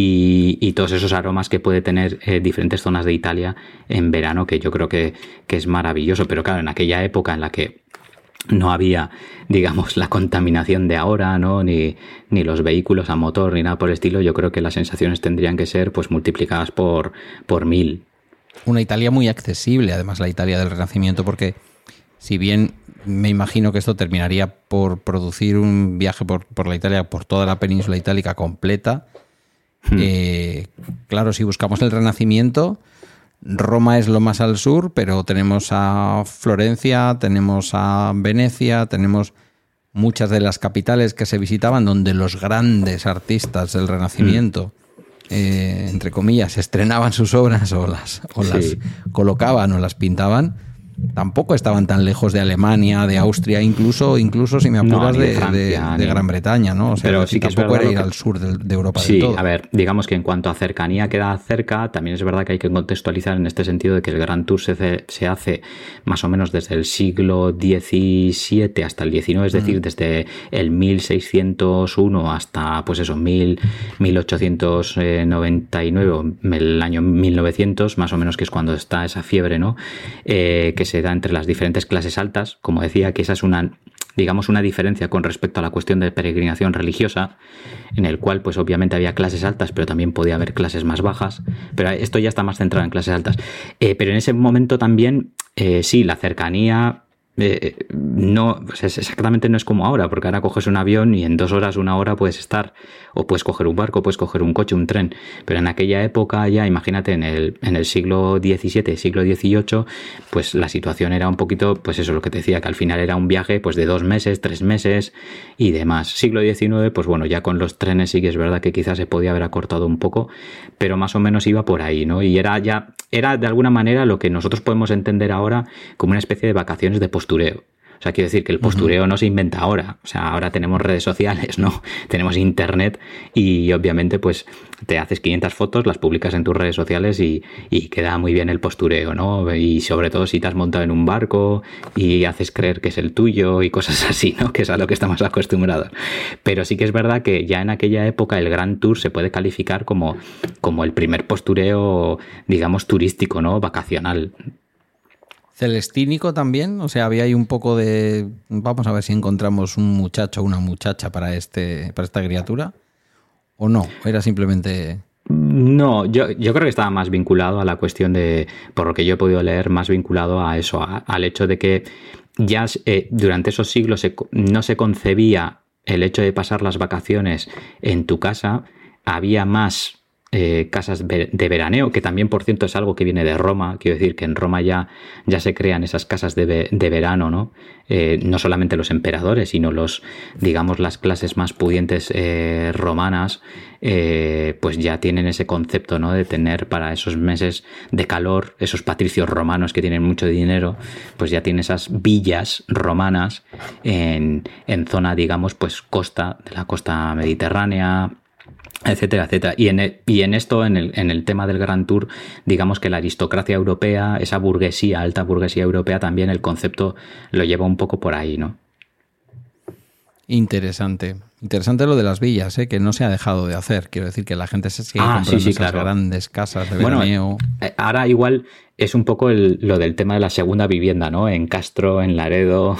y todos esos aromas que puede tener diferentes zonas de Italia en verano, que yo creo que es maravilloso. Pero claro, en aquella época en la que no había, digamos, la contaminación de ahora, ¿no? Ni los vehículos a motor, ni nada por el estilo. Yo creo que las sensaciones tendrían que ser pues multiplicadas por 1000. Una Italia muy accesible, además la Italia del Renacimiento, porque si bien me imagino que esto terminaría por producir un viaje por la Italia, por toda la península itálica completa, claro, si buscamos el Renacimiento, Roma es lo más al sur, pero tenemos a Florencia, tenemos a Venecia, tenemos muchas de las capitales que se visitaban donde los grandes artistas del Renacimiento, entre comillas, estrenaban sus obras o las colocaban o las pintaban. Tampoco estaban tan lejos de Alemania, de Austria, incluso si me apuras, de Gran Bretaña, ¿no? O sea, pero sí que tampoco es era ir al sur de Europa sí, del todo. A ver, digamos que en cuanto a cercanía queda cerca, también es verdad que hay que contextualizar en este sentido de que el Grand Tour se hace más o menos desde el siglo XVII hasta el XIX, es decir, desde el 1601 hasta, pues eso, 1899, el año 1900, más o menos, que es cuando está esa fiebre, ¿no? Que se da entre las diferentes clases altas. Como decía, que esa es una diferencia con respecto a la cuestión de peregrinación religiosa, en el cual pues obviamente había clases altas, pero también podía haber clases más bajas, pero esto ya está más centrado en clases altas. Pero en ese momento también, sí, la cercanía no, pues exactamente no es como ahora, porque ahora coges un avión y en 2 horas, 1 hora puedes estar, o puedes coger un barco, puedes coger un coche, un tren, pero en aquella época ya, imagínate, en el siglo XVII, siglo XVIII, pues la situación era un poquito, pues eso, lo que te decía, que al final era un viaje pues de 2 meses, 3 meses y demás. Siglo XIX, pues bueno, ya con los trenes sí que es verdad que quizás se podía haber acortado un poco, pero más o menos iba por ahí, ¿no? Y era de alguna manera lo que nosotros podemos entender ahora como una especie de vacaciones de postureo. O sea, quiero decir que el postureo no se inventa ahora. O sea, ahora tenemos redes sociales, ¿no? Tenemos internet y obviamente pues te haces 500 fotos, las publicas en tus redes sociales y queda muy bien el postureo, ¿no? Y sobre todo si te has montado en un barco y haces creer que es el tuyo y cosas así, ¿no? Que es a lo que estamos acostumbrados. Pero sí que es verdad que ya en aquella época el Grand Tour se puede calificar como el primer postureo, digamos, turístico, ¿no? Vacacional. Celestínico también, o sea, había ahí un poco de... Vamos a ver si encontramos un muchacho o una muchacha para esta criatura, ¿o no? ¿Era simplemente...? No, yo creo que estaba más vinculado a la cuestión de, por lo que yo he podido leer, más vinculado a eso, al hecho de que ya durante esos siglos no se concebía el hecho de pasar las vacaciones en tu casa, había más... casas de veraneo, que también, por cierto, es algo que viene de Roma. Quiero decir que en Roma ya se crean esas casas de verano, ¿no? No solamente los emperadores, sino las clases más pudientes romanas, pues ya tienen ese concepto, ¿no? De tener para esos meses de calor, esos patricios romanos que tienen mucho dinero, pues ya tienen esas villas romanas en zona, digamos, pues de la costa mediterránea, etcétera, etcétera. Y en esto, en el tema del Grand Tour, digamos que la aristocracia europea, esa burguesía, alta burguesía europea, también el concepto lo lleva un poco por ahí, ¿no? Interesante lo de las villas, que no se ha dejado de hacer. Quiero decir que la gente se sigue comprando esas grandes casas de veraneo. Ahora igual es un poco lo del tema de la segunda vivienda, ¿no? En Castro, en Laredo,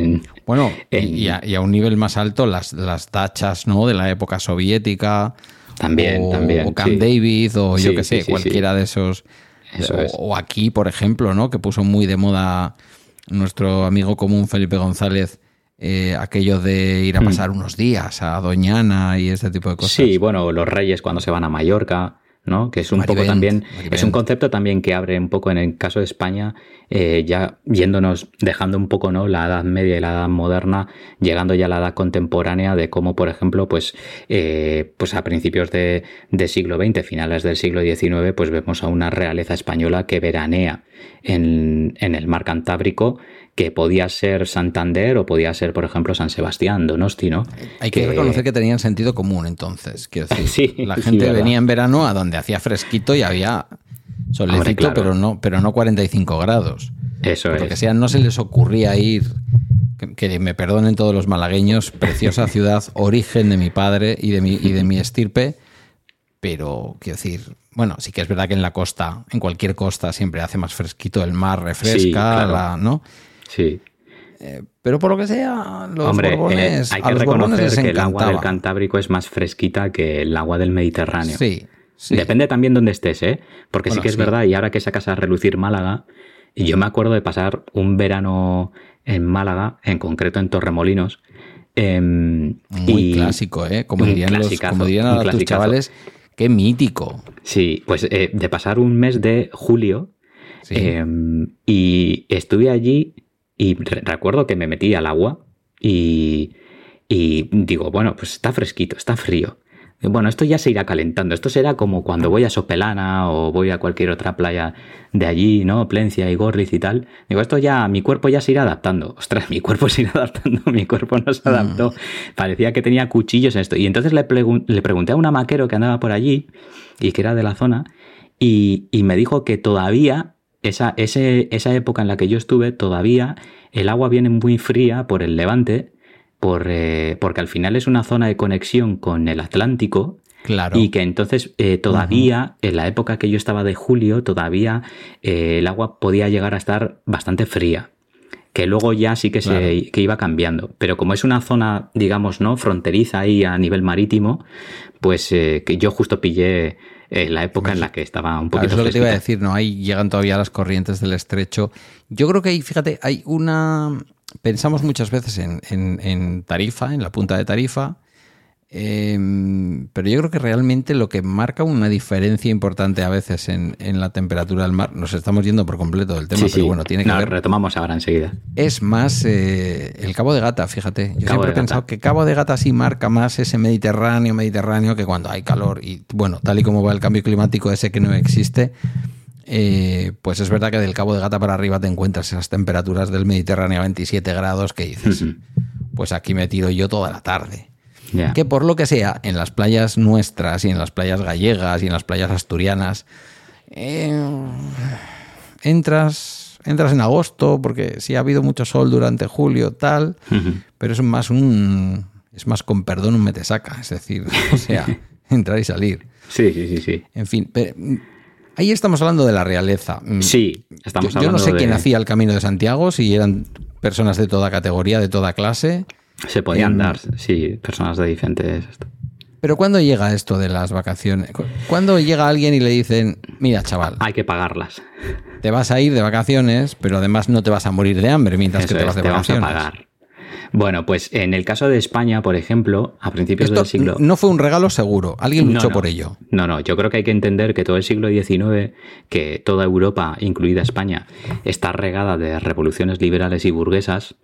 y a un nivel más alto las dachas, ¿no? De la época soviética. También. O Camp David, o yo qué sé, cualquiera de esos. Eso es. O aquí, por ejemplo, ¿no? Que puso muy de moda nuestro amigo común Felipe González, aquello de ir a pasar unos días a Doñana y este tipo de cosas. Sí, bueno, los reyes cuando se van a Mallorca, ¿no? Que es un poco también, es un concepto también que abre un poco en el caso de España, ya dejando un poco, ¿no? La Edad Media y la Edad Moderna, llegando ya a la Edad Contemporánea, de cómo, por ejemplo, pues a principios de siglo XX, finales del siglo XIX, pues vemos a una realeza española que veranea en el mar Cantábrico, que podía ser Santander o podía ser, por ejemplo, San Sebastián, Donosti, ¿no? Hay que reconocer que tenían sentido común, entonces. Quiero decir, la gente venía en verano a donde hacía fresquito y había solecito, claro. pero no 45 grados. Eso es. Porque no se les ocurría ir, que me perdonen todos los malagueños, preciosa ciudad, origen de mi padre y de mi estirpe, pero quiero decir... Bueno, sí que es verdad que en la costa, en cualquier costa, siempre hace más fresquito, el mar refresca, sí, claro. ¿no? Sí. Pero por lo que sea, Borbones, hay que reconocer que el agua del Cantábrico es más fresquita que el agua del Mediterráneo. Sí. Depende también donde estés, porque sí que es verdad, y ahora que sacas a relucir Málaga, y yo me acuerdo de pasar un verano en Málaga, en concreto en Torremolinos. Muy clásico, como dirían ahora tus chavales, ¡Qué mítico! Sí, pues de pasar un mes de julio, Sí. y estuve allí y recuerdo que me metí al agua y digo, bueno, pues está fresquito, está frío. Bueno, esto ya se irá calentando. Esto será como cuando voy a Sopelana o voy a cualquier otra playa de allí, ¿no? Plencia y Gorliz y tal. Digo, esto ya, mi cuerpo ya se irá adaptando. Ostras, mi cuerpo se irá adaptando, mi cuerpo no se adaptó. Parecía que tenía cuchillos en esto. Y entonces le pregunté a una maquero que andaba por allí y que era de la zona y me dijo que todavía, esa época en la que yo estuve, todavía el agua viene muy fría por el levante, porque al final es una zona de conexión con el Atlántico. Claro. Y que entonces todavía, en la época que yo estaba de julio, todavía el agua podía llegar a estar bastante fría. Que luego ya sí que, Claro. que iba cambiando. Pero como es una zona, digamos, ¿no? Fronteriza ahí a nivel marítimo, pues que yo justo pillé la época en la que estaba un poquito Claro, es lo que te iba a fresquita. decir, ¿no? Ahí llegan todavía las corrientes del estrecho. Yo creo que ahí, fíjate, hay una... Pensamos muchas veces en Tarifa, en la punta de Tarifa, pero yo creo que realmente lo que marca una diferencia importante a veces en la temperatura del mar, nos estamos yendo por completo del tema, Sí, pero sí. bueno, tiene que ver, Retomamos ahora enseguida. es más el Cabo de Gata, fíjate. Yo Cabo siempre de he pensado Gata. que Cabo de Gata sí marca más ese Mediterráneo, que cuando hay calor y bueno, tal y como va el cambio climático ese que no existe, pues es verdad que del Cabo de Gata para arriba te encuentras esas temperaturas del Mediterráneo a 27 grados que dices, pues aquí me tiro yo toda la tarde. Ya. Que por lo que sea, en las playas nuestras y en las playas gallegas y en las playas asturianas, entras en agosto, porque sí ha habido mucho sol durante julio, tal, pero es más con perdón un metesaca, es decir, o sea, entrar y salir. Sí. En fin, pero, ahí estamos hablando de la realeza. Sí, estamos Yo hablando no sé de... quién hacía el Camino de Santiago, si eran personas de toda categoría, de toda clase. Se podían dar, sí, personas de diferentes... Pero ¿cuándo llega esto de las vacaciones? ¿Cuándo llega alguien y le dicen, mira, chaval, Hay que pagarlas. te vas a ir de vacaciones, pero además no te vas a morir de hambre mientras Eso que te vas de te vamos a vacaciones? pagar. Bueno, pues en el caso de España, por ejemplo, a principios Esto del siglo... no fue un regalo seguro, alguien luchó No. por ello. No, yo creo que hay que entender que todo el siglo XIX, que toda Europa, incluida España, está regada de revoluciones liberales y burguesas,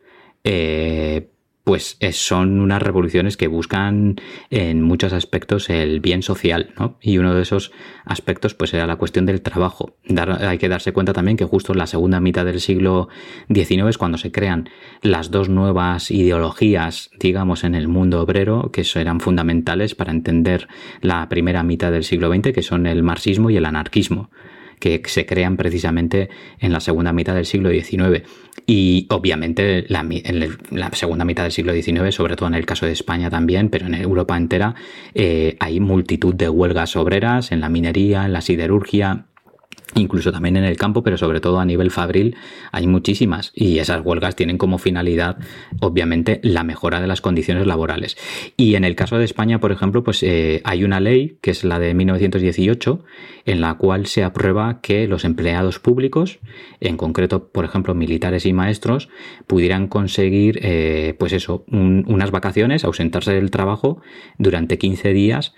pues son unas revoluciones que buscan en muchos aspectos el bien social, ¿no? Y uno de esos aspectos pues era la cuestión del trabajo. Hay que darse cuenta también que justo en la segunda mitad del siglo XIX es cuando se crean las dos nuevas ideologías, digamos, en el mundo obrero, que eran fundamentales para entender la primera mitad del siglo XX, que son el marxismo y el anarquismo, que se crean precisamente en la segunda mitad del siglo XIX. Y obviamente en la segunda mitad del siglo XIX, sobre todo en el caso de España también, pero en Europa entera, hay multitud de huelgas obreras en la minería, en la siderurgia, incluso también en el campo, pero sobre todo a nivel fabril hay muchísimas, y esas huelgas tienen como finalidad obviamente la mejora de las condiciones laborales. Y en el caso de España, por ejemplo, pues hay una ley que es la de 1918 en la cual se aprueba que los empleados públicos, en concreto por ejemplo militares y maestros, pudieran conseguir pues eso, unas vacaciones, ausentarse del trabajo durante 15 días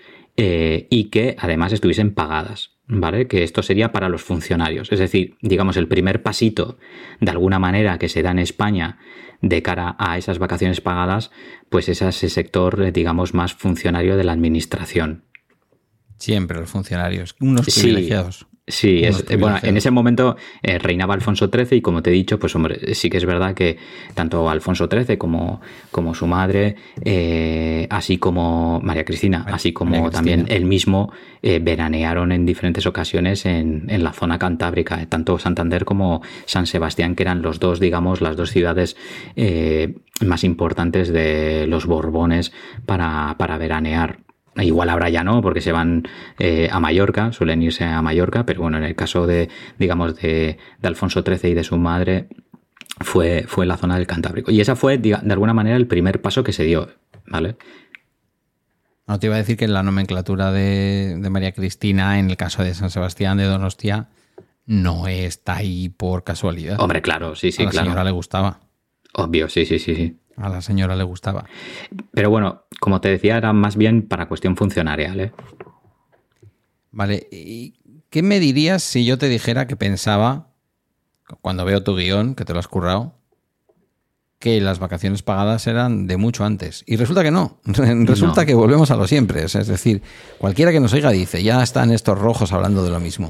y que además estuviesen pagadas, ¿vale? Que esto sería para los funcionarios. Es decir, digamos, el primer pasito, de alguna manera, que se da en España de cara a esas vacaciones pagadas, pues es ese sector, digamos, más funcionario de la administración. Siempre los funcionarios, unos Sí. privilegiados. Sí, bueno, en ese momento reinaba Alfonso XIII y como te he dicho, pues hombre, sí que es verdad que tanto Alfonso XIII como su madre, así como María Cristina, así como María Cristina. también él mismo, veranearon en diferentes ocasiones en la zona cantábrica, tanto Santander como San Sebastián, que eran los dos, digamos, las dos ciudades más importantes de los Borbones para veranear. Igual ahora ya no, porque se van a Mallorca, suelen irse a Mallorca, pero bueno, en el caso de, digamos, de Alfonso XIII y de su madre, fue la zona del Cantábrico. Y esa fue, de alguna manera, el primer paso que se dio, ¿vale? No te iba a decir que en la nomenclatura de María Cristina, en el caso de San Sebastián de Donostia, no está ahí por casualidad. Hombre, claro, sí, a la claro. señora le gustaba. Obvio, sí. A la señora le gustaba. Pero bueno, como te decía, era más bien para cuestión funcionarial, ¿eh? Vale, ¿y qué me dirías si yo te dijera que pensaba, cuando veo tu guión, que te lo has currado, que las vacaciones pagadas eran de mucho antes? Y resulta que no. Resulta que volvemos a lo siempre. Es decir, cualquiera que nos oiga dice, ya están estos rojos hablando de lo mismo.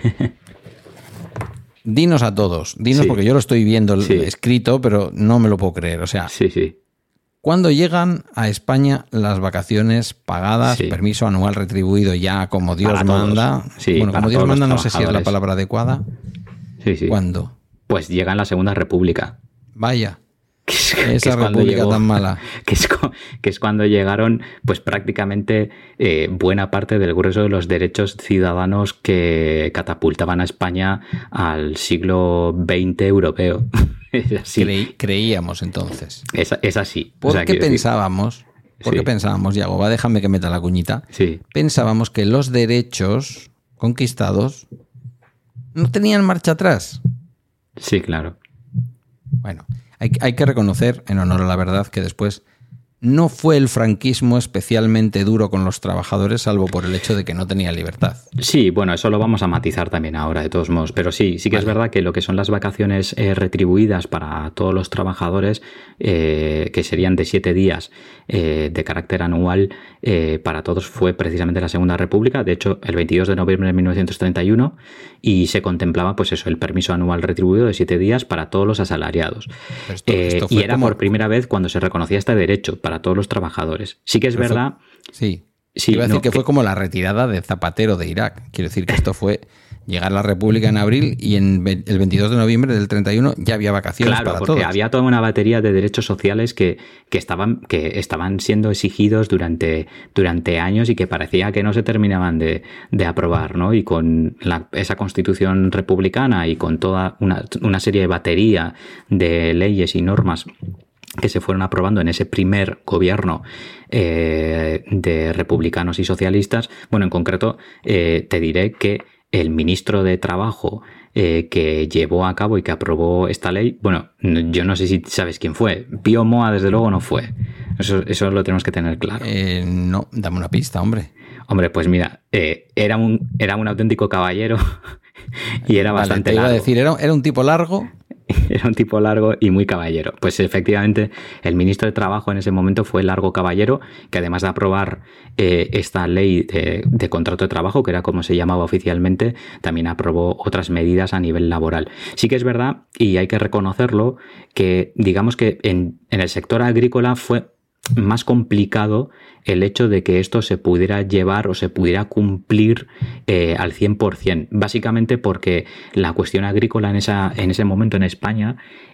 Dinos a todos, porque yo lo estoy viendo escrito, pero no me lo puedo creer. O sea, ¿cuándo llegan a España las vacaciones pagadas, permiso anual retribuido ya como Dios manda? Bueno, como Dios manda no sé si es la palabra adecuada. ¿Cuándo? Pues llega en la Segunda República. Vaya. Esa república tan mala. Que es cuando llegaron pues prácticamente buena parte del grueso de los derechos ciudadanos que catapultaban a España al siglo XX europeo. Es así. Creíamos entonces. Es así. ¿Por qué pensábamos? Porque pensábamos, Yagoba, déjame que meta la cuñita. Pensábamos que los derechos conquistados no tenían marcha atrás. Sí, claro. Bueno, hay que reconocer, en honor a la verdad, que después no fue el franquismo especialmente duro con los trabajadores, salvo por el hecho de que no tenía libertad. Sí, bueno, eso lo vamos a matizar también ahora, de todos modos. Pero sí que es verdad que lo que son las vacaciones retribuidas para todos los trabajadores, que serían de 7 días de carácter anual, para todos fue precisamente la Segunda República. De hecho, el 22 de noviembre de 1931, y se contemplaba, pues eso, el permiso anual retribuido de 7 días para todos los asalariados. Esto y era por primera vez cuando se reconocía este derecho para todos los trabajadores. Sí que es verdad. Iba a decir que fue como la retirada de Zapatero de Irak. Quiero decir que esto fue llegar a la República en abril y el 22 de noviembre del 31 ya había vacaciones para todos. Claro, porque había toda una batería de derechos sociales que estaban siendo exigidos durante años y que parecía que no se terminaban de aprobar, ¿no? Y con esa Constitución republicana y con toda una serie de batería de leyes y normas que se fueron aprobando en ese primer gobierno de republicanos y socialistas. Bueno, en concreto, te diré que el ministro de Trabajo que llevó a cabo y que aprobó esta ley, bueno, yo no sé si sabes quién fue. Pío Moa, desde luego, no fue. Eso lo tenemos que tener claro. No, dame una pista, hombre. Hombre, pues mira, era un auténtico caballero y era bastante largo. Te iba a decir, era un tipo largo. Era un tipo largo y muy caballero. Pues efectivamente, el ministro de Trabajo en ese momento fue Largo Caballero, que además de aprobar esta ley de contrato de trabajo, que era como se llamaba oficialmente, también aprobó otras medidas a nivel laboral. Sí que es verdad, y hay que reconocerlo, que digamos que en el sector agrícola fue más complicado el hecho de que esto se pudiera llevar o se pudiera cumplir al 100%. Básicamente porque la cuestión agrícola en ese momento en España,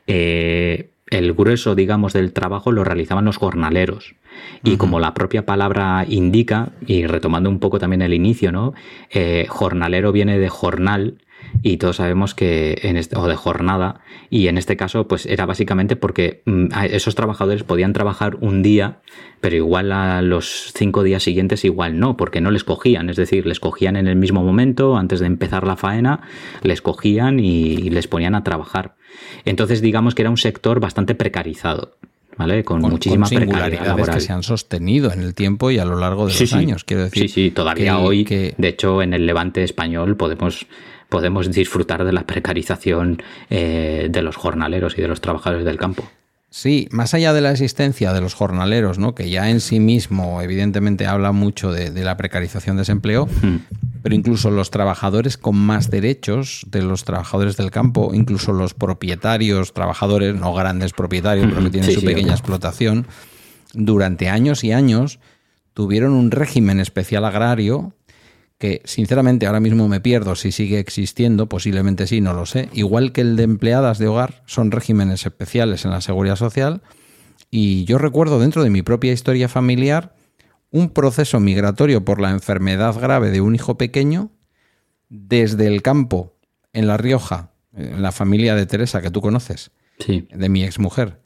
el grueso, digamos, del trabajo lo realizaban los jornaleros. Y como la propia palabra indica, y retomando un poco también el inicio, ¿no? Jornalero viene de jornal, y todos sabemos que o de jornada, y en este caso pues era básicamente porque esos trabajadores podían trabajar un día, pero igual a los 5 días siguientes igual no, porque no les cogían, es decir, les cogían en el mismo momento, antes de empezar la faena, les cogían y les ponían a trabajar. Entonces digamos que era un sector bastante precarizado, ¿vale? Con muchísima precariedad laboral, que se han sostenido en el tiempo y a lo largo de los años, quiero decir. Sí, todavía hoy, de hecho, en el Levante español podemos disfrutar de la precarización de los jornaleros y de los trabajadores del campo. Sí, más allá de la existencia de los jornaleros, ¿no? Que ya en sí mismo evidentemente habla mucho de la precarización de ese empleo, pero incluso los trabajadores con más derechos de los trabajadores del campo, incluso los propietarios, trabajadores, no grandes propietarios, pero que tienen su pequeña explotación, durante años y años tuvieron un régimen especial agrario que sinceramente ahora mismo me pierdo si sigue existiendo, posiblemente sí, no lo sé. Igual que el de empleadas de hogar, son regímenes especiales en la Seguridad Social, y yo recuerdo dentro de mi propia historia familiar un proceso migratorio por la enfermedad grave de un hijo pequeño desde el campo, en La Rioja, en la familia de Teresa, que tú conoces, de mi exmujer,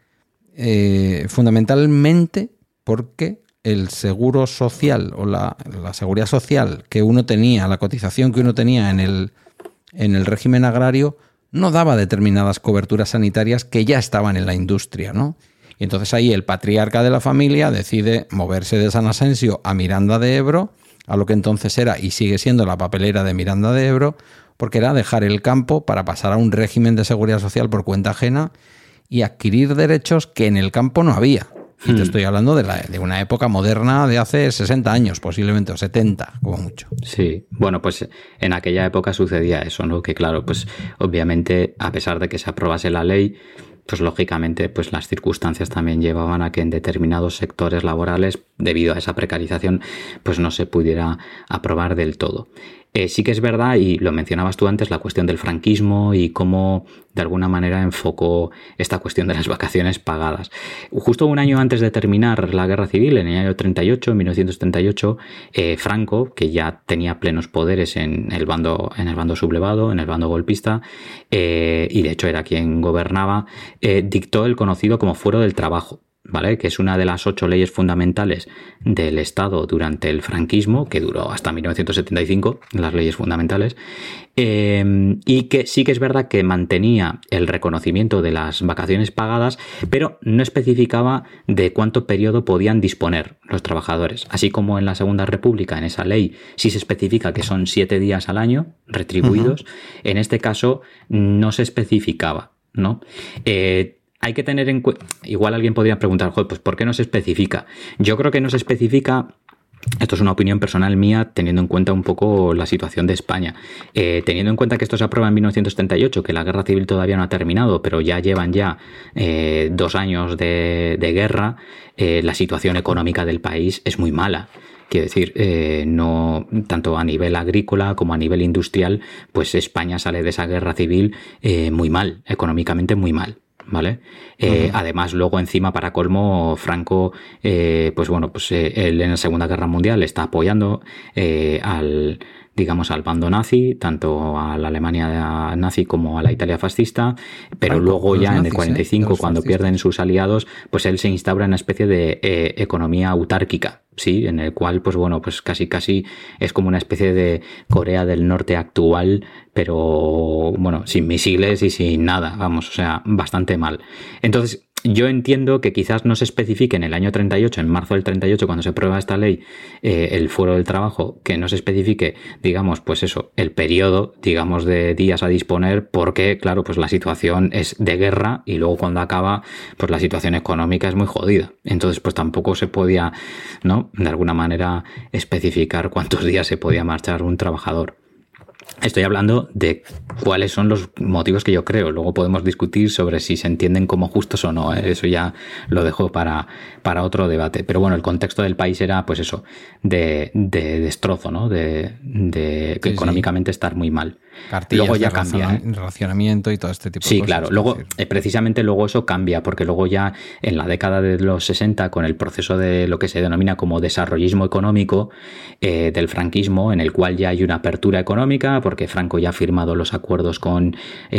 fundamentalmente porque el seguro social o la seguridad social que uno tenía, la cotización que uno tenía en el régimen agrario, no daba determinadas coberturas sanitarias que ya estaban en la industria, ¿no? Y entonces ahí el patriarca de la familia decide moverse de San Asensio a Miranda de Ebro, a lo que entonces era y sigue siendo la papelera de Miranda de Ebro, porque era dejar el campo para pasar a un régimen de seguridad social por cuenta ajena y adquirir derechos que en el campo no había. Y te estoy hablando de una época moderna de hace 60 años, posiblemente, o 70, como mucho. Sí, bueno, pues en aquella época sucedía eso, ¿no? Que claro, pues obviamente, a pesar de que se aprobase la ley, pues lógicamente pues las circunstancias también llevaban a que en determinados sectores laborales, debido a esa precarización, pues no se pudiera aprobar del todo. Sí que es verdad, y lo mencionabas tú antes, la cuestión del franquismo y cómo de alguna manera enfocó esta cuestión de las vacaciones pagadas. Justo un año antes de terminar la Guerra Civil, en el año 38, 1938, Franco, que ya tenía plenos poderes en el bando sublevado, en el bando golpista, y de hecho era quien gobernaba, dictó el conocido como Fuero del Trabajo, ¿vale? Que es una de las 8 leyes fundamentales del Estado durante el franquismo, que duró hasta 1975, las leyes fundamentales, y que sí que es verdad que mantenía el reconocimiento de las vacaciones pagadas, pero no especificaba de cuánto periodo podían disponer los trabajadores. Así como en la Segunda República, en esa ley, sí se especifica que son 7 días al año retribuidos, en este caso no se especificaba, ¿no? Hay que tener en cuenta, igual alguien podría preguntar, joder, pues ¿por qué no se especifica? Yo creo que no se especifica, esto es una opinión personal mía, teniendo en cuenta un poco la situación de España. Teniendo en cuenta que esto se aprueba en 1938, que la guerra civil todavía no ha terminado, pero ya llevan 2 años de guerra, la situación económica del país es muy mala. Quiero decir, no tanto a nivel agrícola como a nivel industrial, pues España sale de esa guerra civil muy mal, económicamente muy mal. ¿Vale? Además, luego encima, para colmo, Franco, pues bueno, pues él en la Segunda Guerra Mundial está apoyando al bando nazi, tanto a la Alemania nazi como a la Italia fascista, pero Franco, luego ya en el 45, cuando pierden sus aliados, pues él se instaura en una especie de economía autárquica, ¿sí? En el cual, pues bueno, pues casi es como una especie de Corea del Norte actual, pero bueno, sin misiles y sin nada, vamos, o sea, bastante mal. Entonces, yo entiendo que quizás no se especifique en el año 38, en marzo del 38, cuando se aprueba esta ley, el Fuero del Trabajo, que no se especifique, digamos, pues eso, el periodo, digamos, de días a disponer, porque, claro, pues la situación es de guerra y luego cuando acaba, pues la situación económica es muy jodida. Entonces, pues tampoco se podía, ¿no?, de alguna manera especificar cuántos días se podía marchar un trabajador. Estoy hablando de cuáles son los motivos que yo creo. Luego podemos discutir sobre si se entienden como justos o no. Eso ya lo dejo para otro debate. Pero bueno, el contexto del país era, pues eso, de destrozo, ¿no? De sí, económicamente estar muy mal. Cartillas luego ya cambia, racionamiento y todo este tipo de cosas. Sí, claro. Luego, precisamente luego eso cambia, porque luego ya en la década de los 60, con el proceso de lo que se denomina como desarrollismo económico del franquismo, en el cual ya hay una apertura económica, porque Franco ya ha firmado los acuerdos con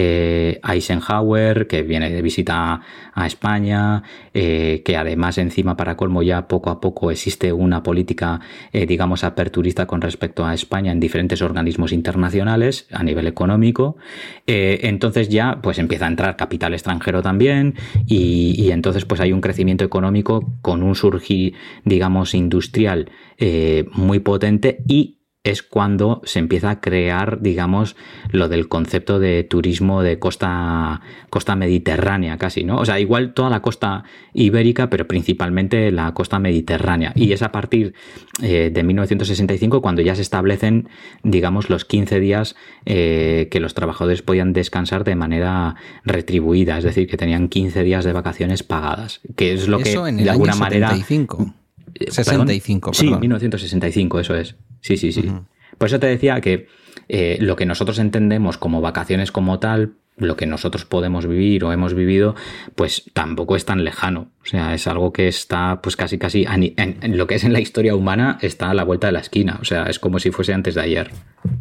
Eisenhower, que viene de visita a España, que además encima, para colmo, ya poco a poco existe una política, digamos, aperturista con respecto a España en diferentes organismos internacionales a nivel económico. Entonces ya pues empieza a entrar capital extranjero también y entonces pues hay un crecimiento económico con un surgir, digamos, industrial muy potente, y es cuando se empieza a crear, digamos, lo del concepto de turismo de costa mediterránea casi, ¿no? O sea, igual toda la costa ibérica, pero principalmente la costa mediterránea. Y es a partir de 1965 cuando ya se establecen, digamos, los 15 días que los trabajadores podían descansar de manera retribuida, es decir, que tenían 15 días de vacaciones pagadas, que es lo eso que en el de alguna año manera... 65. 65, perdón. Sí, 1965, eso es. Sí. Uh-huh. Por eso te decía que lo que nosotros entendemos como vacaciones como tal, lo que nosotros podemos vivir o hemos vivido, pues tampoco es tan lejano. O sea, es algo que está pues casi en lo que es en la historia humana, está a la vuelta de la esquina. O sea, es como si fuese antes de ayer.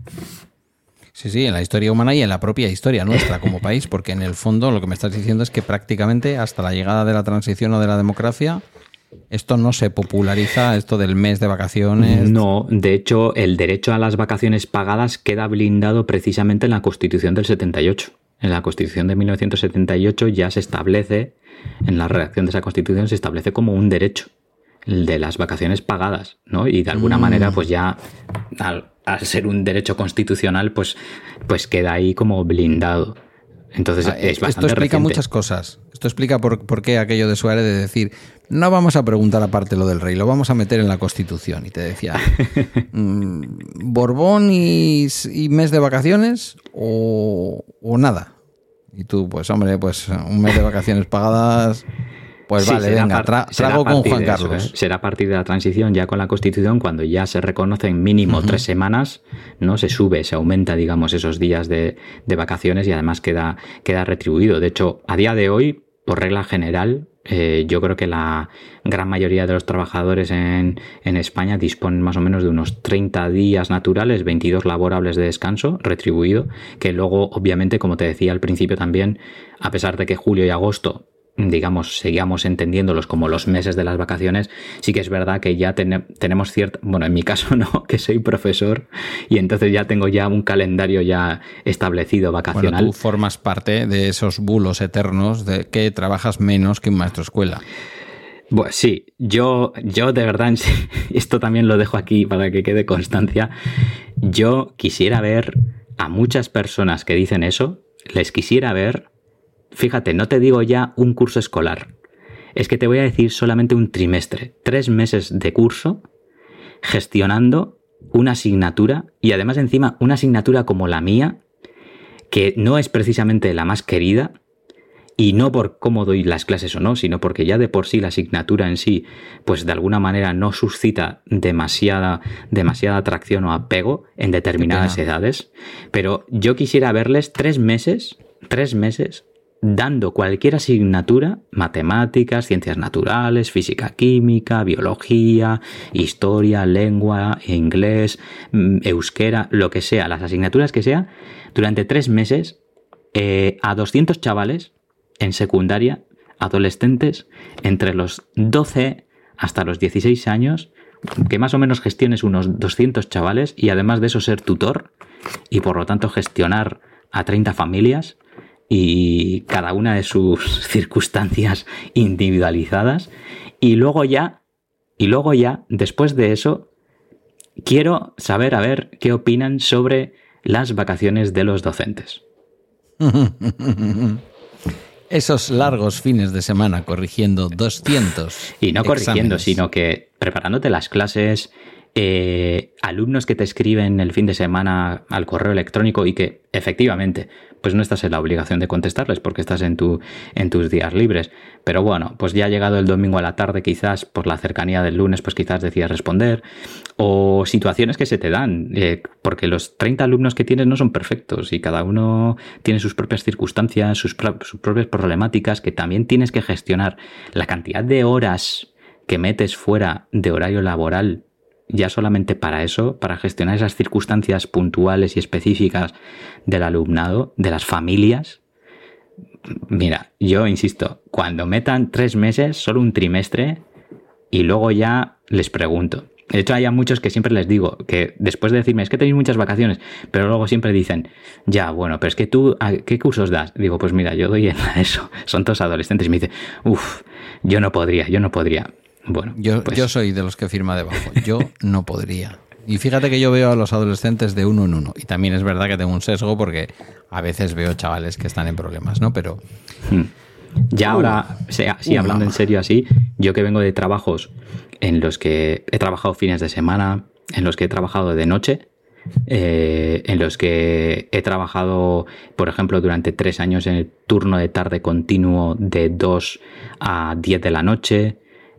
Sí, en la historia humana y en la propia historia nuestra como país, porque en el fondo lo que me estás diciendo es que prácticamente hasta la llegada de la transición o de la democracia, esto no se populariza, esto del mes de vacaciones. No, de hecho, el derecho a las vacaciones pagadas queda blindado precisamente en la Constitución del 78. En la Constitución de 1978 ya se establece, en la redacción de esa Constitución se establece como un derecho de las vacaciones pagadas, ¿no? Y de alguna manera, pues ya al ser un derecho constitucional, pues queda ahí como blindado. Entonces es bastante Esto explica reciente. muchas cosas. Esto explica por qué aquello de Suárez de decir, no vamos a preguntar aparte lo del rey, lo vamos a meter en la Constitución. Y te decía, ¿Borbón y mes de vacaciones o nada? Y tú, pues hombre, pues un mes de vacaciones pagadas... Pues sí, vale, venga, trago con Juan Carlos. Eso, será a partir de la transición, ya con la Constitución, cuando ya se reconocen mínimo 3 semanas, ¿no? Se aumenta, digamos, esos días de vacaciones y además queda retribuido. De hecho, a día de hoy, por regla general, yo creo que la gran mayoría de los trabajadores en España disponen más o menos de unos 30 días naturales, 22 laborables de descanso retribuido, que luego, obviamente, como te decía al principio también, a pesar de que julio y agosto, digamos, seguíamos entendiéndolos como los meses de las vacaciones, sí que es verdad que ya tenemos cierta... Bueno, en mi caso no, que soy profesor y entonces ya tengo ya un calendario ya establecido vacacional. Bueno, tú formas parte de esos bulos eternos de que trabajas menos que un maestro escuela. Pues sí, yo de verdad, esto también lo dejo aquí para que quede constancia, yo quisiera ver a muchas personas que dicen eso, les quisiera ver. Fíjate, no te digo ya un curso escolar, es que te voy a decir solamente un trimestre, 3 meses de curso gestionando una asignatura y además encima una asignatura como la mía, que no es precisamente la más querida y no por cómo doy las clases o no, sino porque ya de por sí la asignatura en sí, pues de alguna manera no suscita demasiada atracción o apego en determinadas edades, pero yo quisiera verles 3 meses dando cualquier asignatura, matemáticas, ciencias naturales, física, química, biología, historia, lengua, inglés, euskera, lo que sea, las asignaturas que sea, durante 3 meses a 200 chavales en secundaria, adolescentes, entre los 12 hasta los 16 años, que más o menos gestiones unos 200 chavales y además de eso ser tutor y por lo tanto gestionar a 30 familias y cada una de sus circunstancias individualizadas. Y luego ya, después de eso, quiero saber a ver qué opinan sobre las vacaciones de los docentes. Esos largos fines de semana corrigiendo 200 y no corrigiendo, exámenes. Sino que preparándote las clases, alumnos que te escriben el fin de semana al correo electrónico y que efectivamente pues no estás en la obligación de contestarles porque estás en tus días libres, pero bueno, pues ya ha llegado el domingo a la tarde, quizás por la cercanía del lunes, pues quizás decidas responder, o situaciones que se te dan, porque los 30 alumnos que tienes no son perfectos y cada uno tiene sus propias circunstancias, sus propias problemáticas que también tienes que gestionar. La cantidad de horas que metes fuera de horario laboral ya solamente para eso, para gestionar esas circunstancias puntuales y específicas del alumnado, de las familias. Mira, yo insisto, cuando metan 3 meses, solo un trimestre, y luego ya les pregunto. De hecho, hay a muchos que siempre les digo que después de decirme, es que tenéis muchas vacaciones, pero luego siempre dicen, ya, bueno, pero es que tú, ¿qué cursos das? Digo, pues mira, yo doy en eso. Son todos adolescentes. Y me dicen, yo no podría. Bueno, yo soy de los que firma debajo. Yo no podría. Y fíjate que yo veo a los adolescentes de uno en uno. Y también es verdad que tengo un sesgo porque a veces veo chavales que están en problemas, ¿no? Pero... Ya ahora, sí, hablando en serio así, yo que vengo de trabajos en los que he trabajado fines de semana, en los que he trabajado de noche, en los que he trabajado, por ejemplo, durante 3 años en el turno de tarde continuo de 2 a 10 de la noche...